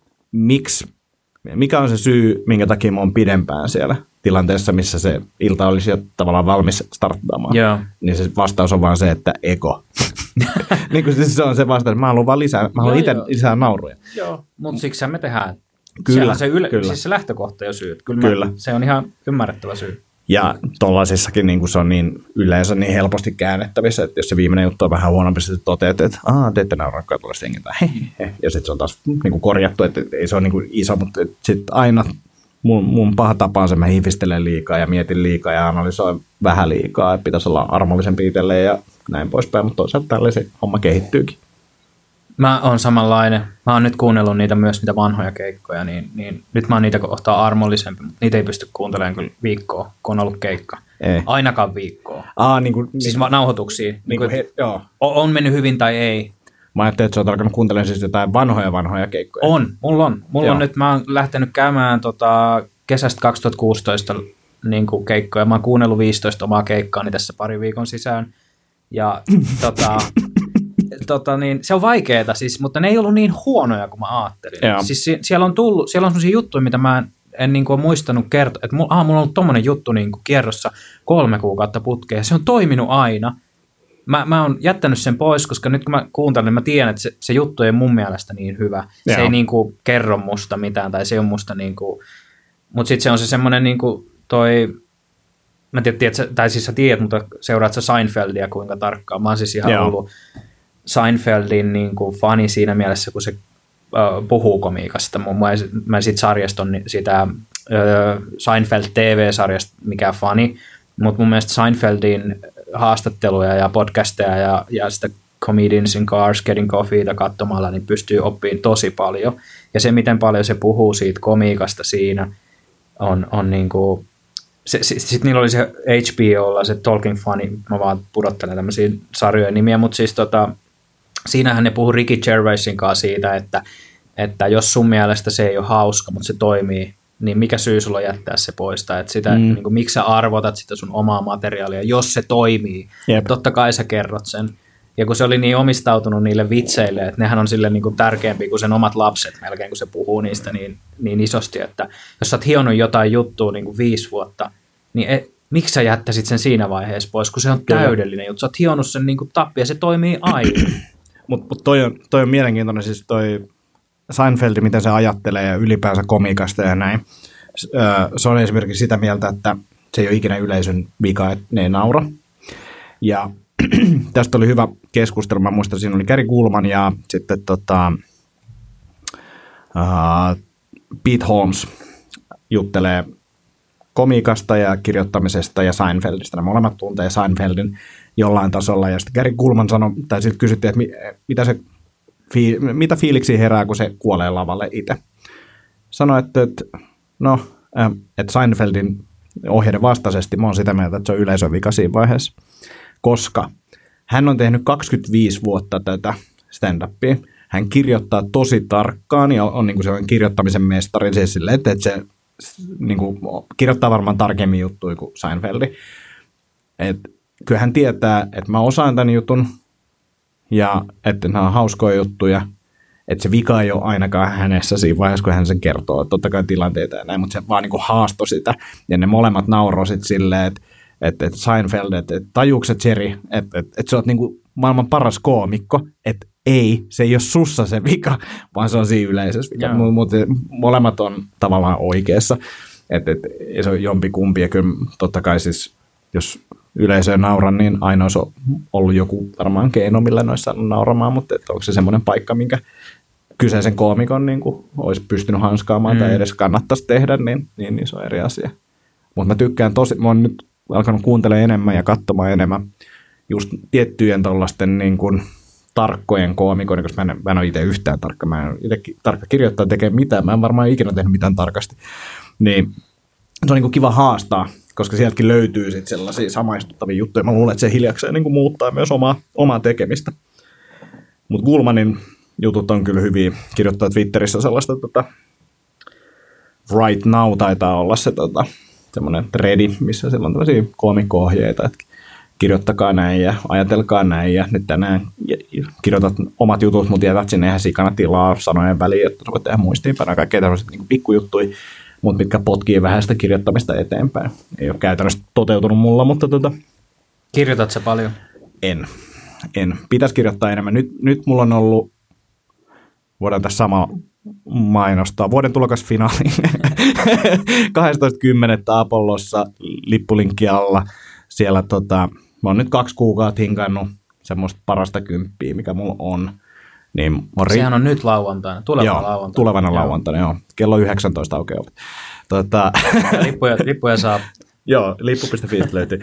mikä on se syy, minkä takia mä oon pidempään siellä tilanteessa, missä se ilta olisi jo tavallaan valmis starttaamaan. Joo. Niin se vastaus on vaan se, että ego. Niin kuin se on se vastaus, että mä haluan vaan lisää nauruja. Joo, mutta siksi me tehdään. Kyllä, kyllä. Siis se lähtökohta jo syy. Kyllä. Se on ihan ymmärrettävä syy. Ja tuollaisissakin niin se on niin yleensä niin helposti käännettävissä, että jos se viimeinen juttu on vähän huonompi, sitten toteat, että te ette naurakkaa tuollaista hengetä. Ja sitten se on taas niin kuin korjattu, että ei se ole niin kuin iso, mutta sitten aina mun paha tapa on se, että mä hifistelen liikaa ja mietin liikaa ja analysoin vähän liikaa, että pitäisi olla armollisempi itselleen ja näin poispäin, mutta toisaalta tällä se homma kehittyykin. Mä oon samanlainen. Mä oon nyt kuunnellut niitä vanhoja keikkoja, niin nyt mä oon niitä kohtaa armollisempi, mutta niitä ei pysty kuuntelemaan kyllä viikkoa, kun on ollut keikka. Ei. Ainakaan viikkoa. Siis nauhoituksia. Joo. On mennyt hyvin tai ei. Mä ajattelin, että sä oot alkanut kuuntelemaan siis jotain vanhoja keikkoja. Mulla on nyt, mä oon lähtenyt käymään kesästä 2016 niin kuin keikkoja. Mä oon kuunnellut 15 omaa keikkaani tässä pari viikon sisään. Ja niin, se on vaikeeta siis, mutta ne ei ollut niin huonoja kuin mä ajattelin. Siis siellä on sellaisia juttuja, mitä mä en niin kuin ole muistanut kertoa, että mulla on ollut tommonen juttu niin kuin kierrossa 3 kuukautta putkeen, se on toiminut aina. Mä oon jättänyt sen pois, koska nyt kun mä kuuntelen, niin mä tiedän, että se juttu ei mun mielestä niin hyvä. Se ei niin kuin kerro musta mitään, tai se on musta niin kuin, mutta sitten se on se semmoinen niin kuin mä tiedän, tai siis sä tiedät, mutta seuraat sä Seinfeldia kuinka tarkkaan. Mä oon siis ihan ollut Seinfeldin niin kuin fani siinä mielessä, kun se puhuu komiikasta. Mä siitä sarjasta on sitä Seinfeld TV-sarjasta mikä fani, mutta mun mielestä Seinfeldin haastatteluja ja podcasteja ja sitä Comedians in Cars, Getting Coffeeta katsomalla, niin pystyy oppimaan tosi paljon. Ja se, miten paljon se puhuu siitä komiikasta siinä, on niin kuin sitten niillä oli se HBOlla se Talking Funny, mä vaan pudottelen tämmöisiä sarjojen nimiä, mutta siis siinähän ne puhuu Ricky Gervaisin kanssa siitä, että jos sun mielestä se ei ole hauska, mutta se toimii, niin mikä syy sulla on jättää se poista, että sitä, niin kuin, miksi sä arvotat sitä sun omaa materiaalia, jos se toimii, totta kai sä kerrot sen. Ja kun se oli niin omistautunut niille vitseille, että nehän on sille niin kuin tärkeämpi kuin sen omat lapset melkein, kun se puhuu niistä niin isosti, että jos sä oot hionut jotain juttua niin kuin 5 vuotta, niin miksi sä jättäisit sen siinä vaiheessa pois, kun se on täydellinen juttu. Sä oot hionut sen niin kuin tappi ja se toimii aina. Mutta toi on mielenkiintoinen, siis toi Seinfeld, miten se ajattelee ja ylipäänsä komiikasta ja näin. Se on esimerkiksi sitä mieltä, että se ei ole ikinä yleisön vika, että ne ei naura. Ja tästä oli hyvä keskustelu. Mä muistan, siinä oli Gary Gulman ja sitten Pete Holmes juttelee komiikasta ja kirjoittamisesta ja Seinfeldistä. Ne molemmat tuntee Seinfeldin jollain tasolla. Ja sitten Gary Gulman sanoi, tai sitten kysyttiin, että mitä fiiliksiä herää, kun se kuolee lavalle itse. Sanoi, että Seinfeldin ohjeiden vastaisesti mä oon sitä mieltä, että se on yleisön vika siinä vaiheessa. Koska hän on tehnyt 25 vuotta tätä stand-upia. Hän kirjoittaa tosi tarkkaan ja on niin kuin sellainen kirjoittamisen mestari. Siis sille, että se niin kuin, kirjoittaa varmaan tarkemmin juttuja kuin Seinfeldi. Kyllä hän tietää, että mä osaan tämän jutun ja että nämä on hauskoja juttuja. Että se vika ei ole ainakaan hänessä siinä vaiheessa, kun hän sen kertoo. Totta kai tilanteita ja näin, mutta se vaan niin kuin haastoi sitä. Ja ne molemmat nauroi sitten silleen, että Seinfeld, että tajuuko Jerry, että sä oot niinku maailman paras koomikko, että se ei ole sussa se vika, vaan se on siinä yleisössä vika. Mutta molemmat on tavallaan oikeassa, että se on jompikumpi. Ja kyllä totta kai siis, jos yleisöön nauran, niin aina olisi ollut joku varmaan keino, millä ne olisi saanut nauramaan, mutta onko se semmoinen paikka, minkä kyseisen koomikon niin olisi pystynyt hanskaamaan tai edes kannattaisi tehdä, niin se on eri asia. Mutta mä tykkään mä oon nyt alkanut kuuntelemaan enemmän ja katsomaan enemmän just tiettyjen tollaisten niin kuin tarkkojen koomikoiden, koska mä en ole itse yhtään tarkka. Mä en itse tarkka kirjoittaa tekee mitään. Mä en varmaan ikinä tehnyt mitään tarkasti. Niin se on niin kuin kiva haastaa, koska sieltäkin löytyy sit sellaisia samaistuttavia juttuja. Mä luulen, että se hiljakseen niin kuin muuttaa myös omaa tekemistä. Mutta Gulmanin jutut on kyllä hyviä. Kirjoittaa Twitterissä sellaista Right Now taitaa olla se semmoinen threadi, missä siellä on tällaisia koomikko-ohjeita, että kirjoittakaa näin ja ajatelkaa näin ja nyt tänään kirjoitat omat jutut, mutta jätät sinne ihan sikana tilaa sanojen väliin, että sä voit tehdä muistiinpanoja, kaikkea tämmöiset niin pikkujuttuja, mutta mitkä potkii vähän sitä kirjoittamista eteenpäin. Ei ole käytännössä toteutunut mulla, mutta Kirjoitat sä paljon? En. Pitäisi kirjoittaa enemmän. Nyt mulla on ollut, voidaan tässä sama mainostaa, vuoden tulokasfinaali 12.10. Apollossa lippulinkki alla. Siellä mä oon nyt 2 kuukautta hinkannut semmoista parasta kymppiä, mikä mulla on. Niin sehän on nyt lauantaina, lauantaina. Tulevana lauantaina, joo. Kello 19 aukeaa. Lippuja saa. Joo, lippu.fi löytyy.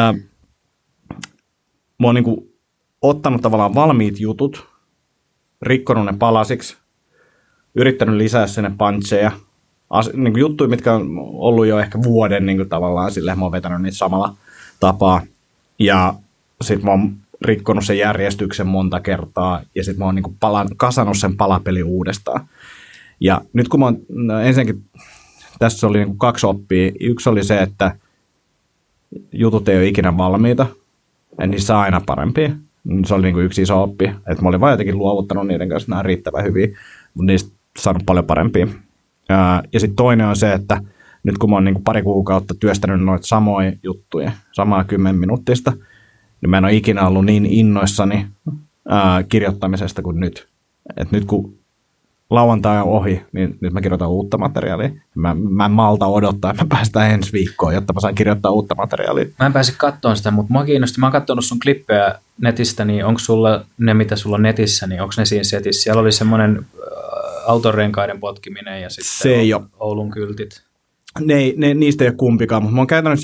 Mä oon niinku ottanut tavallaan valmiit jutut, rikkonut ne palasiksi, yrittänyt lisää sinne puncheja, niin juttuja, mitkä on ollut jo ehkä vuoden niin tavallaan, silleen mä oon vetänyt niitä samalla tapaa. Ja sit mä oon rikkonut sen järjestyksen monta kertaa, ja sit mä oon niin kasannut sen palapeli uudestaan. Ja nyt kun mä oon, ensinnäkin tässä oli niin 2 oppia. Yksi oli se, että jutut ei ole ikinä valmiita, ja niissä on aina parempia. Se oli niin yksi iso oppi, että mä olin vaan jotenkin luovuttanut niiden kanssa, nämä riittävän hyviä, mutta niistä saanut paljon parempia. Ja sitten toinen on se, että nyt kun mä oon niin 2 kuukautta työstänyt noita samoja juttuja, samaa 10 minuuttista, niin mä en ole ikinä ollut niin innoissani kirjoittamisesta kuin nyt. Et nyt kun lauantai on ohi, niin nyt mä kirjoitan uutta materiaalia. Mä en malta odottaa, että mä päästään ensi viikkoon, jotta mä saan kirjoittaa uutta materiaalia. Mä en pääse katsomaan sitä, mutta mua kiinnosti. Mä oon katsonut sun klippejä netistä, niin onko sulla ne, mitä sulla on netissä, niin onko ne siinä setissä? Siellä oli semmoinen autorenkaiden potkiminen ja sitten Oulun kyltit. Niistä ei ole kumpikaan, mutta mä oon käytännössä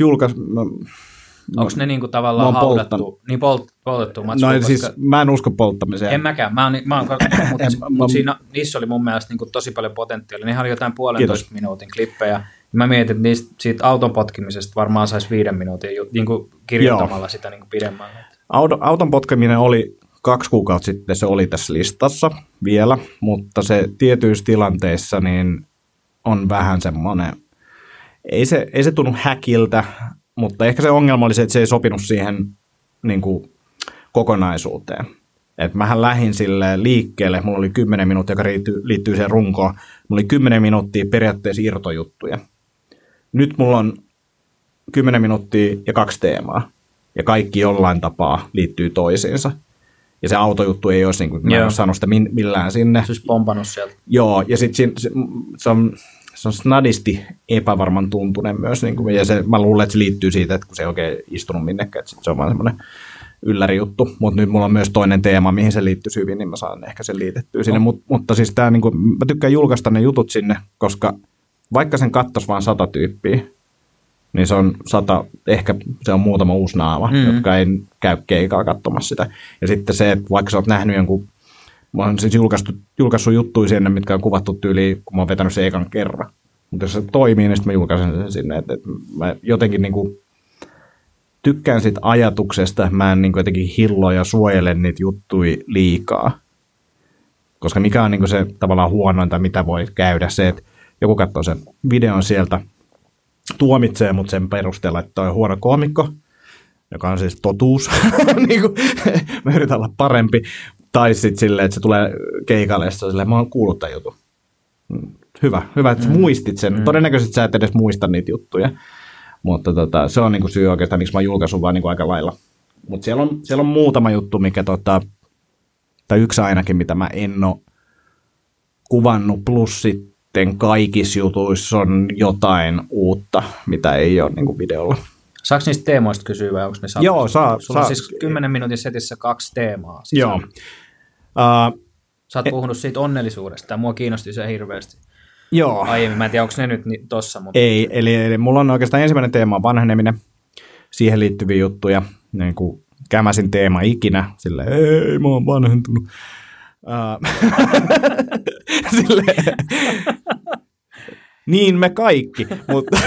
onko ne niinku tavallaan haudattu? Niin poltettu matsku, no siis mä en usko polttamiseen. En mäkään. Mä oon mutta niissä oli mun mielestä niinku tosi paljon potentiaalia. Nehän oli jotain 1,5 minuutin klippejä. Mä mietin, että siitä auton potkimisesta varmaan saisi 5 minuutin niinku kirjoittamalla sitä niinku pidemmälle. Auton potkiminen oli 2 kuukautta sitten, se oli tässä listassa vielä, mutta se tietyissä tilanteissa niin on vähän semmoinen, ei se tunnu häkiltä, mutta ehkä se ongelma oli se, että se ei sopinut siihen niin kuin kokonaisuuteen. Että mähän lähdin sille liikkeelle, mulla oli 10 minuuttia, joka liittyy siihen runkoon. Mulla oli 10 minuuttia periaatteessa irtojuttuja. Nyt mulla on 10 minuuttia ja 2 teemaa. Ja kaikki jollain tapaa liittyy toisiinsa. Ja se autojuttu ei olisi, niin kuin, mä en ole saanut sitä millään sinne. Se olisi pompannut sieltä. Joo, ja sitten se on snadisti epävarman tuntunen myös. Niin kuin, ja mä luulen, että se liittyy siitä, että kun se ei oikein istunut minnekään, että se on vaan semmoinen yllärijuttu. Mutta nyt mulla on myös toinen teema, mihin se liittyy hyvin, niin mä saan ehkä sen liitettyä sinne. Mutta siis tää, niin kuin, mä tykkään julkaista ne jutut sinne, koska vaikka sen kattoisi vaan 100 tyyppiä, niin se on 100, ehkä se on muutama uusi naama, jotka ei käy keikalla katsomassa sitä. Ja sitten se, että vaikka sä oot nähnyt jonkun, mä oon siis julkaissut juttuja sinne, mitkä on kuvattu tyyliin, kun mä oon vetänyt sen ekan kerran. Mutta jos se toimii, niin sitten mä julkaisen sen sinne. Että mä jotenkin niinku tykkään siitä ajatuksesta, mä en niinku jotenkin hillo ja suojele niitä juttuja liikaa. Koska mikä on niinku se tavallaan huonointa, mitä voi käydä, se, että joku katsoo sen videon sieltä, tuomitsee mut sen perusteella, että toi on huono koomikko, joka on siis totuus. Niin kuin, mä yritän olla parempi. Tai sitten silleen, että se tulee keikalle ja silleen, mä oon kuullut tämän jutun. Hyvä, että muistit sen. Todennäköisesti sä et edes muista niitä juttuja. Mutta se on niinku syy oikeastaan, miksi mä oon julkaissut vaan niinku aika lailla. Mutta siellä on muutama juttu, mikä tai yksi ainakin, mitä mä en ole kuvannut, plus sitten kaikissa jutuissa on jotain uutta, mitä ei ole niinku videolla. Saako niistä teemoista kysyä vai onko ne saatu? Joo, saa. Sulla on siis 10 minuutin setissä 2 teemaa. Joo. Sä oot puhunut siitä onnellisuudesta, ja mua kiinnosti se hirveästi. Joo. Aiemmin, mä en tiedä, onko ne nyt tossa. Mutta ei, eli mulla on oikeastaan ensimmäinen teema on vanheneminen, siihen liittyviä juttuja, niin kuin kämäsin teema ikinä. Silleen, ei, mä oon vanhentunut. Silleen, niin me kaikki, mutta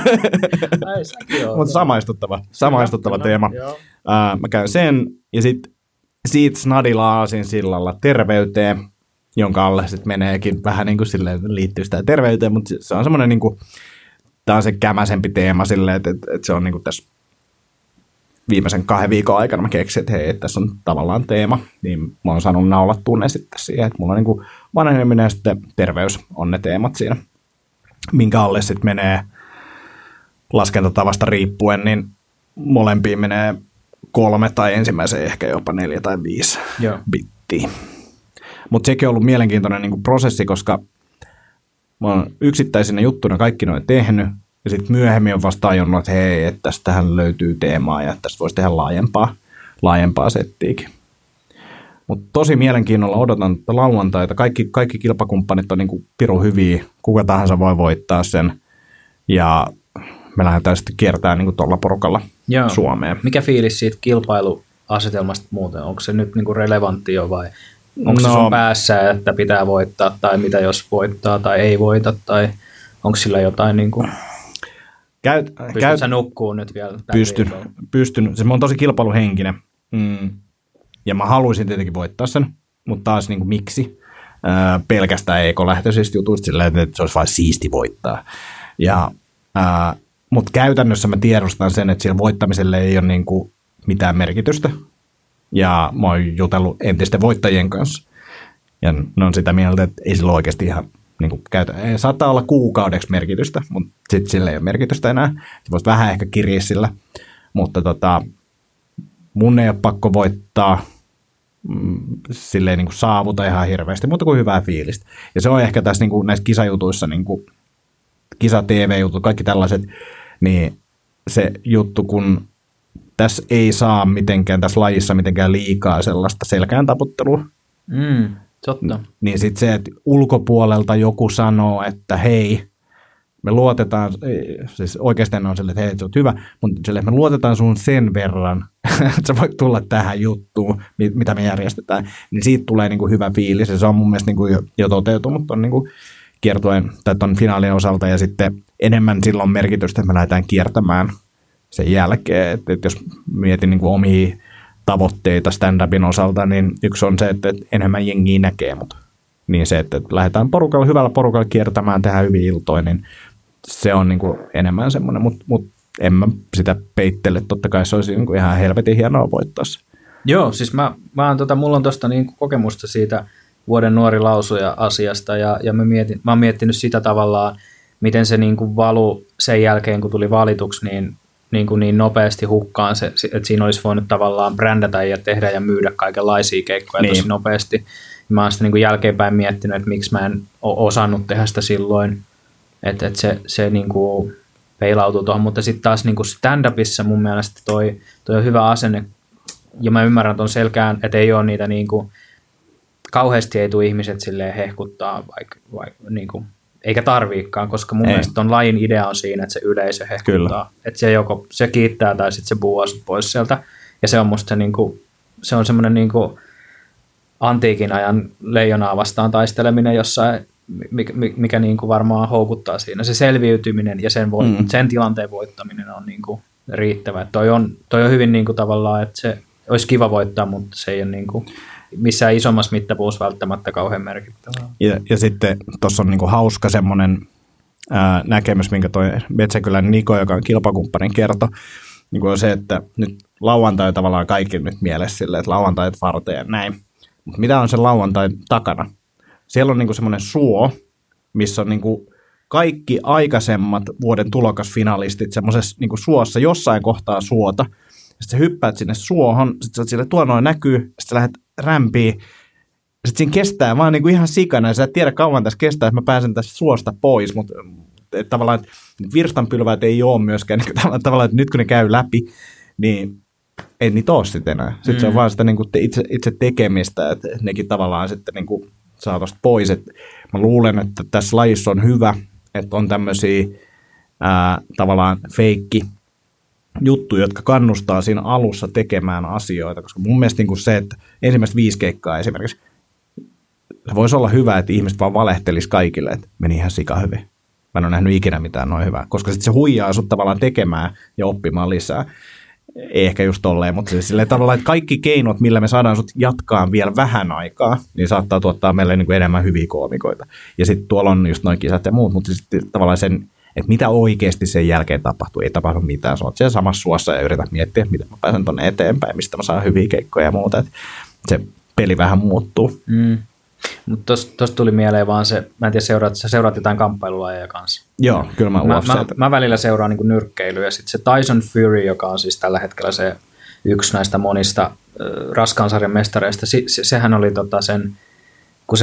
samaistuttava teema. Mä käyn sen, ja sitten siitä snadilla aasinsillalla terveyteen, jonka alle sitten meneekin vähän niin kuin silleen, liittyy sitä terveyteen, mutta se on semmoinen, niin kuin, tämä on se kämäsempi teema silleen, että se on niin kuin tässä viimeisen 2 viikon aikana mä keksin, että hei, että tässä on tavallaan teema, niin mä oon saanut naulattua ne sitten siihen, että mulla on niin kuin vanheneminen ja sitten terveys on ne teemat siinä, minkä alle sitten menee laskentatavasta riippuen, niin molempiin menee 3 tai ensimmäiseen ehkä jopa 4 tai 5 bittiä. Mutta sekin on ollut mielenkiintoinen niin kuin prosessi, koska mä oon yksittäisinä juttuna kaikki noin tehnyt, ja sitten myöhemmin on vasta tajunnut, että hei, että tästähän löytyy teemaa, ja tästä voisi tehdä laajempaa settiäkin. Mutta tosi mielenkiinnolla odotan tätä lauantaita. Kaikki kilpakumppanit on niin kuin pirun hyviä, kuka tahansa voi voittaa sen, ja me lähdetään sitten kiertämään niin kuin tuolla porukalla Suomeen. Mikä fiilis siitä kilpailuasetelmasta muuten? Onko se nyt niin kuin relevantti jo vai onko se sun päässä, että pitää voittaa tai mitä jos voittaa tai ei voita tai onko sillä jotain niin kuin... Pystyt sä nukkuun nyt vielä? Pystyn. Se on tosi kilpailuhenkinen. Ja mä haluaisin tietenkin voittaa sen, mutta taas niin kuin miksi? Pelkästään ekolähtöisistä jutuista sillä, että se olisi vain siisti voittaa. Mutta käytännössä mä tiedostan sen, että sillä voittamiselle ei ole niin kuin mitään merkitystä. Ja mä oon jutellut entisten voittajien kanssa. Ja ne on sitä mieltä, että ei sillä oikeasti ihan niin kuin saattaa olla kuukaudeksi merkitystä, mutta sitten sillä ei ole merkitystä enää. Se voisi vähän ehkä kiriä sillä. Mutta mun ei ole pakko voittaa. Silleen niin kuin saavuta ihan hirveästi, mutta kuin hyvää fiilistä. Ja se on ehkä tässä niin kuin näissä kisajutuissa, niin kuin kisa-TV-jutut, kaikki tällaiset, niin se juttu, kun tässä ei saa mitenkään, tässä lajissa mitenkään liikaa sellaista selkään taputtelua. Totta. Niin sitten se, että ulkopuolelta joku sanoo, että hei, me luotetaan, siis oikeastaan on sille, että hei, se on hyvä, mutta sille, me luotetaan sun sen verran, että sä voit tulla tähän juttuun, mitä me järjestetään, niin siitä tulee niin kuin hyvä fiilis, ja se on mun mielestä niin kuin jo toteutunut ton niin kuin kiertueen tai ton finaalin osalta, ja sitten enemmän silloin merkitystä, että me lähdetään kiertämään sen jälkeen, että jos mietin niin kuin omia tavoitteita stand-upin osalta, niin yksi on se, että enemmän jengiä näkee, mutta niin se, että lähdetään hyvällä porukalla kiertämään, tehdään hyviä iltoja, niin se on niin kuin enemmän semmoinen, mutta en mä sitä peittele. Totta kai se olisi niin kuin ihan helvetin hienoa voittaa se. Joo, siis mulla on tuosta niin kuin kokemusta siitä vuoden nuori lausuja asiasta, ja mä oon miettinyt sitä tavallaan, miten se niin kuin valui sen jälkeen, kun tuli valituksi, niin nopeasti hukkaan, että siinä olisi voinut tavallaan brändätä ja tehdä ja myydä kaikenlaisia keikkoja tosi nopeasti. Mä oon sitä niin kuin jälkeenpäin miettinyt, että miksi mä en ole osannut tehdä sitä silloin, että se niin kuin peilautuu tuohon, mutta sitten taas niin kuin stand-upissa mun mielestä toi on hyvä asenne, ja mä ymmärrän ton selkään, että ei ole niitä niin kuin, kauheasti ei tule ihmiset silleen hehkuttaa, vaikka niin kuin, eikä tarviikaan, koska mun mielestä ton lajin idea on siinä, että se yleisö hehkuttaa. Kyllä. Että se joko se kiittää tai sitten se buuaa pois sieltä, ja se on musta se, niin kuin, se on semmoinen niin kuin antiikin ajan leijonaa vastaan taisteleminen jossain, mikä niin kuin varmaan houkuttaa siinä. Se selviytyminen ja sen tilanteen voittaminen on niin kuin riittävä. Toi on hyvin niin kuin tavallaan, että se olisi kiva voittaa, mutta se ei ole niin kuin missään isommassa mittapuussa välttämättä kauhean merkittävää. Ja sitten tuossa on niin kuin hauska semmoinen näkemys, minkä toi Metsäkylän Niko, joka on kilpakumppanin, kertoi, niin kuin on se, että nyt lauantai tavallaan kaikki nyt mielessä silleen, että lauantai varten ja näin. Mutta mitä on se lauantai takana? Siellä on niinku semmoinen suo, missä on niinku kaikki aikaisemmat vuoden tulokasfinalistit semmoisessa niinku suossa jossain kohtaa suota. Sitten sä hyppäät sinne suohon, sitten sä oot sille, tuo noin näkyy, sitten sä lähdet rämpiin. Sitten siinä kestää vaan niinku ihan sikana, ja sä et tiedä kauan tässä kestää, että mä pääsen tästä suosta pois, mutta tavallaan virstanpylväät ei ole myöskään niin tavallaan, että nyt kun ne käy läpi, niin ei niitä ole sitten enää. Sitten se on vaan sitä niinku itse tekemistä, että nekin tavallaan sitten niinku saa tosta pois. Et mä luulen, että tässä lajissa on hyvä, että on tämmöisiä tavallaan juttuja, jotka kannustaa siinä alussa tekemään asioita, koska mun mielestä niin kuin se, että ensimmäistä 5 keikkaa esimerkiksi, se voisi olla hyvä, että ihmiset vaan valehtelisi kaikille, että meni ihan sika hyvin. Mä en ole nähnyt ikinä mitään noin hyvää, koska sitten se huijaa sut tavallaan tekemään ja oppimaan lisää. Ei ehkä just tolleen, mutta siis silleen tavallaan, että kaikki keinot, millä me saadaan sut jatkaa vielä vähän aikaa, niin saattaa tuottaa meille niin kuin enemmän hyviä koomikoita. Ja sitten tuolla on just noin kisat ja muut, mutta sitten tavallaan sen, että mitä oikeasti sen jälkeen tapahtuu, ei tapahdu mitään. Sä oot siellä samassa suossa ja yrität miettiä, miten mä pääsen tonne eteenpäin, mistä mä saan hyviä keikkoja ja muuta. Että se peli vähän muuttuu. Mutta tuosta tuli mieleen vaan se, mä en tiedä, sä seuraat jotain kamppailulajeja kanssa. Joo, kyllä mä välillä seuraan niin nyrkkeilyä ja sitten se Tyson Fury, joka on siis tällä hetkellä se yksi näistä monista raskaansarjan mestareista, sehän oli sen, kun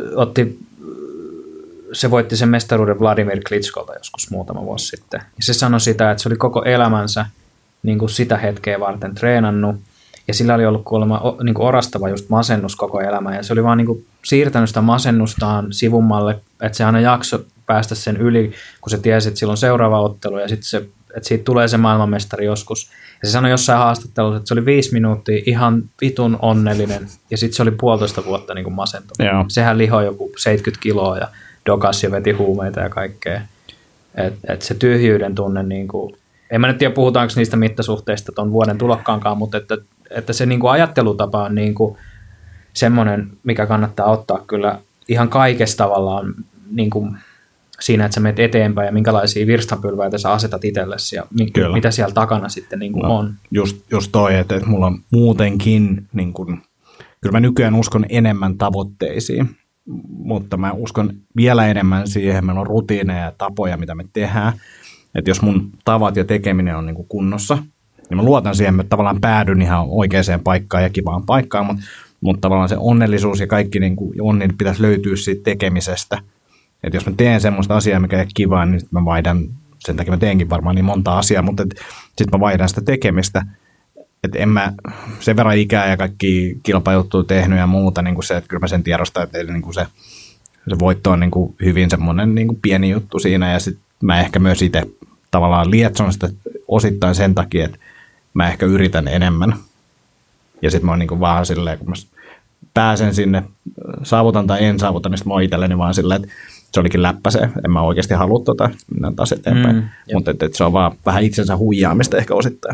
se voitti sen mestaruuden Vladimir Klitschkolta joskus muutama vuosi sitten. Ja se sanoi sitä, että se oli koko elämänsä niin kuin sitä hetkeä varten treenannut. Ja sillä oli ollut kuulemma niin kuin orastava just masennus koko elämä. Ja se oli vaan niin kuin siirtänyt sitä masennustaan sivummalle, että se aina jakso päästä sen yli, kun se tiesi, että silloin seuraava ottelu. Ja sitten että siitä tulee se maailmanmestari joskus. Ja se sanoi jossain haastattelussa, että se oli 5 minuuttia ihan vitun onnellinen. Ja sitten se oli 1,5 vuotta niin kuin masentunut. Joo. Sehän lihoi joku 70 kiloa ja dokas ja veti huumeita ja kaikkea. Et se tyhjyyden tunne, niin kuin, en mä nyt tiedä puhutaanko niistä mittasuhteista tuon vuoden tulokkaankaan, mutta että se niin kuin ajattelutapa on niin kuin semmoinen, mikä kannattaa ottaa kyllä ihan kaikessa tavallaan niin kuin siinä, että sä menet eteenpäin ja minkälaisia virstanpylväitä sä asetat itsellesi ja mitä siellä takana sitten niin kuin on. Just toi, että mulla on muutenkin, niin kuin, kyllä mä nykyään uskon enemmän tavoitteisiin, mutta mä uskon vielä enemmän siihen, meillä on rutiineja ja tapoja, mitä me tehdään. Että jos mun tavat ja tekeminen on niin kuin kunnossa, niin mä luotan siihen, että tavallaan päädyn ihan oikeaan paikkaan ja kivaan paikkaan, mutta tavallaan se onnellisuus ja kaikki niin kuin onni pitäisi löytyä siitä tekemisestä. Että jos mä teen semmoista asiaa, mikä ei ole kivaa, niin sitten mä vaihdan, sen takia mä teenkin varmaan niin monta asiaa, mutta sitten mä vaihdan sitä tekemistä. Että en mä sen verran ikää ja kaikki kilpajuttuja tehnyt ja muuta, niin kuin se, että kyllä mä sen tiedostan, että niin kuin se voitto on niin kuin hyvin semmoinen niin kuin pieni juttu siinä ja sitten mä ehkä myös itse tavallaan lietson sitä osittain sen takia, että mä ehkä yritän enemmän. Ja sitten mä oon niin kuin vaan silleen, kun mä pääsen sinne, saavutan tai en saavuta, niin sitten mä oon itselleni vaan silleen, että se olikin läppäse. En mä oikeasti halua mennä taas eteenpäin. Mutta se on vaan vähän itsensä huijaamista ehkä osittain.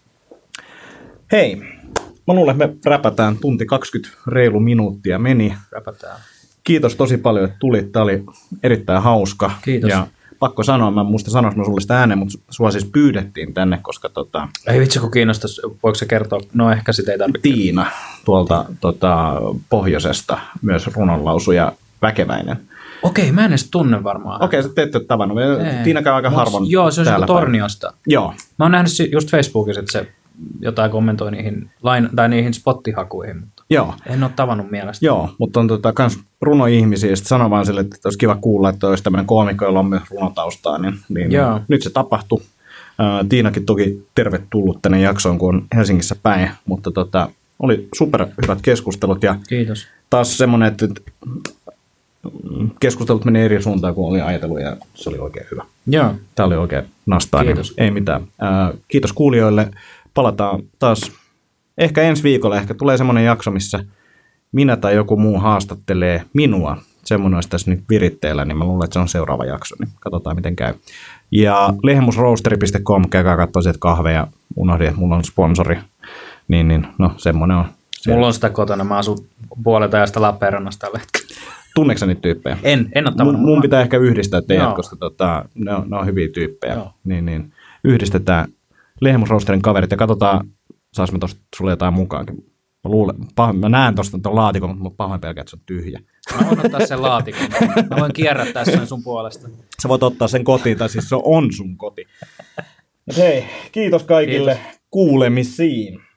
Hei, mä luulen, että me räpätään tunti 20 reilu minuuttia meni. Räpätään. Kiitos tosi paljon, että tulit. Tämä oli erittäin hauska. Kiitos. Ja pakko sanoa, mä en muista sanoa sulle sitä ääneen, mutta sua siis pyydettiin tänne, koska Ei vitsi, kun kiinnostaisi. Voiko se kertoa? No ehkä sitä ei tarvitse. Tiina tuolta pohjoisesta, myös runonlausuja Väkeväinen. Okei, mä en edes tunne varmaan. Okei, sä te ette ole tavannut. Tiina käy aika harvoin. Joo, se on Torniosta. Joo. Mä oon nähnyt just Facebookissa, että se jotain kommentoi niihin spottihakuihin, mutta joo. En ole tavannut mielestä. Joo, mutta on kans runoihmisiä, ja sitten sanoo vaan sille, että olisi kiva kuulla, että olisi tämmöinen koomikko, jolla on myös runotaustaa, niin nyt se tapahtui. Tiinakin toki tervetullut tänne jaksoon, kun on Helsingissä päin, mutta oli super hyvät keskustelut, ja kiitos. Taas semmoinen, että keskustelut meni eri suuntaan kuin oli ajatellut, ja se oli oikein hyvä. Joo. Tämä oli oikein nastaa, niin ei mitään. Kiitos kuulijoille. Palataan taas ehkä ensi viikolla. Ehkä tulee semmoinen jakso, missä minä tai joku muu haastattelee minua. Semmoinen olisi tässä nyt viritteellä, niin mä luulen, että se on seuraava jakso. Niin katsotaan, miten käy. Ja lehmusroasteri.com, käykää katsoa sieltä kahveja. Unohdin, että mulla on sponsori. Niin, no semmoinen on. Mulla on sitä kotona. Mä asun puolelta ajasta Lappeenrannasta tällä hetkellä. Tunneeko niitä tyyppejä? En ole tavannut. Mun pitää ehkä yhdistää teidät, koska ne on hyviä tyyppejä. Niin, yhdistetään Lehmusroosterin kaverit ja katsotaan, saas me tosta sulle jotain mukaankin. Mä näen tosta tuon laatikon, mutta mä pahoin pelkään, että se on tyhjä. Mä voin ottaa sen laatikon. Mä voin kierrättää sen sun puolesta. Sä voit ottaa sen kotiin, tai siis se on sun koti. Hei, kiitos kaikille. Kiitos. Kuulemisiin.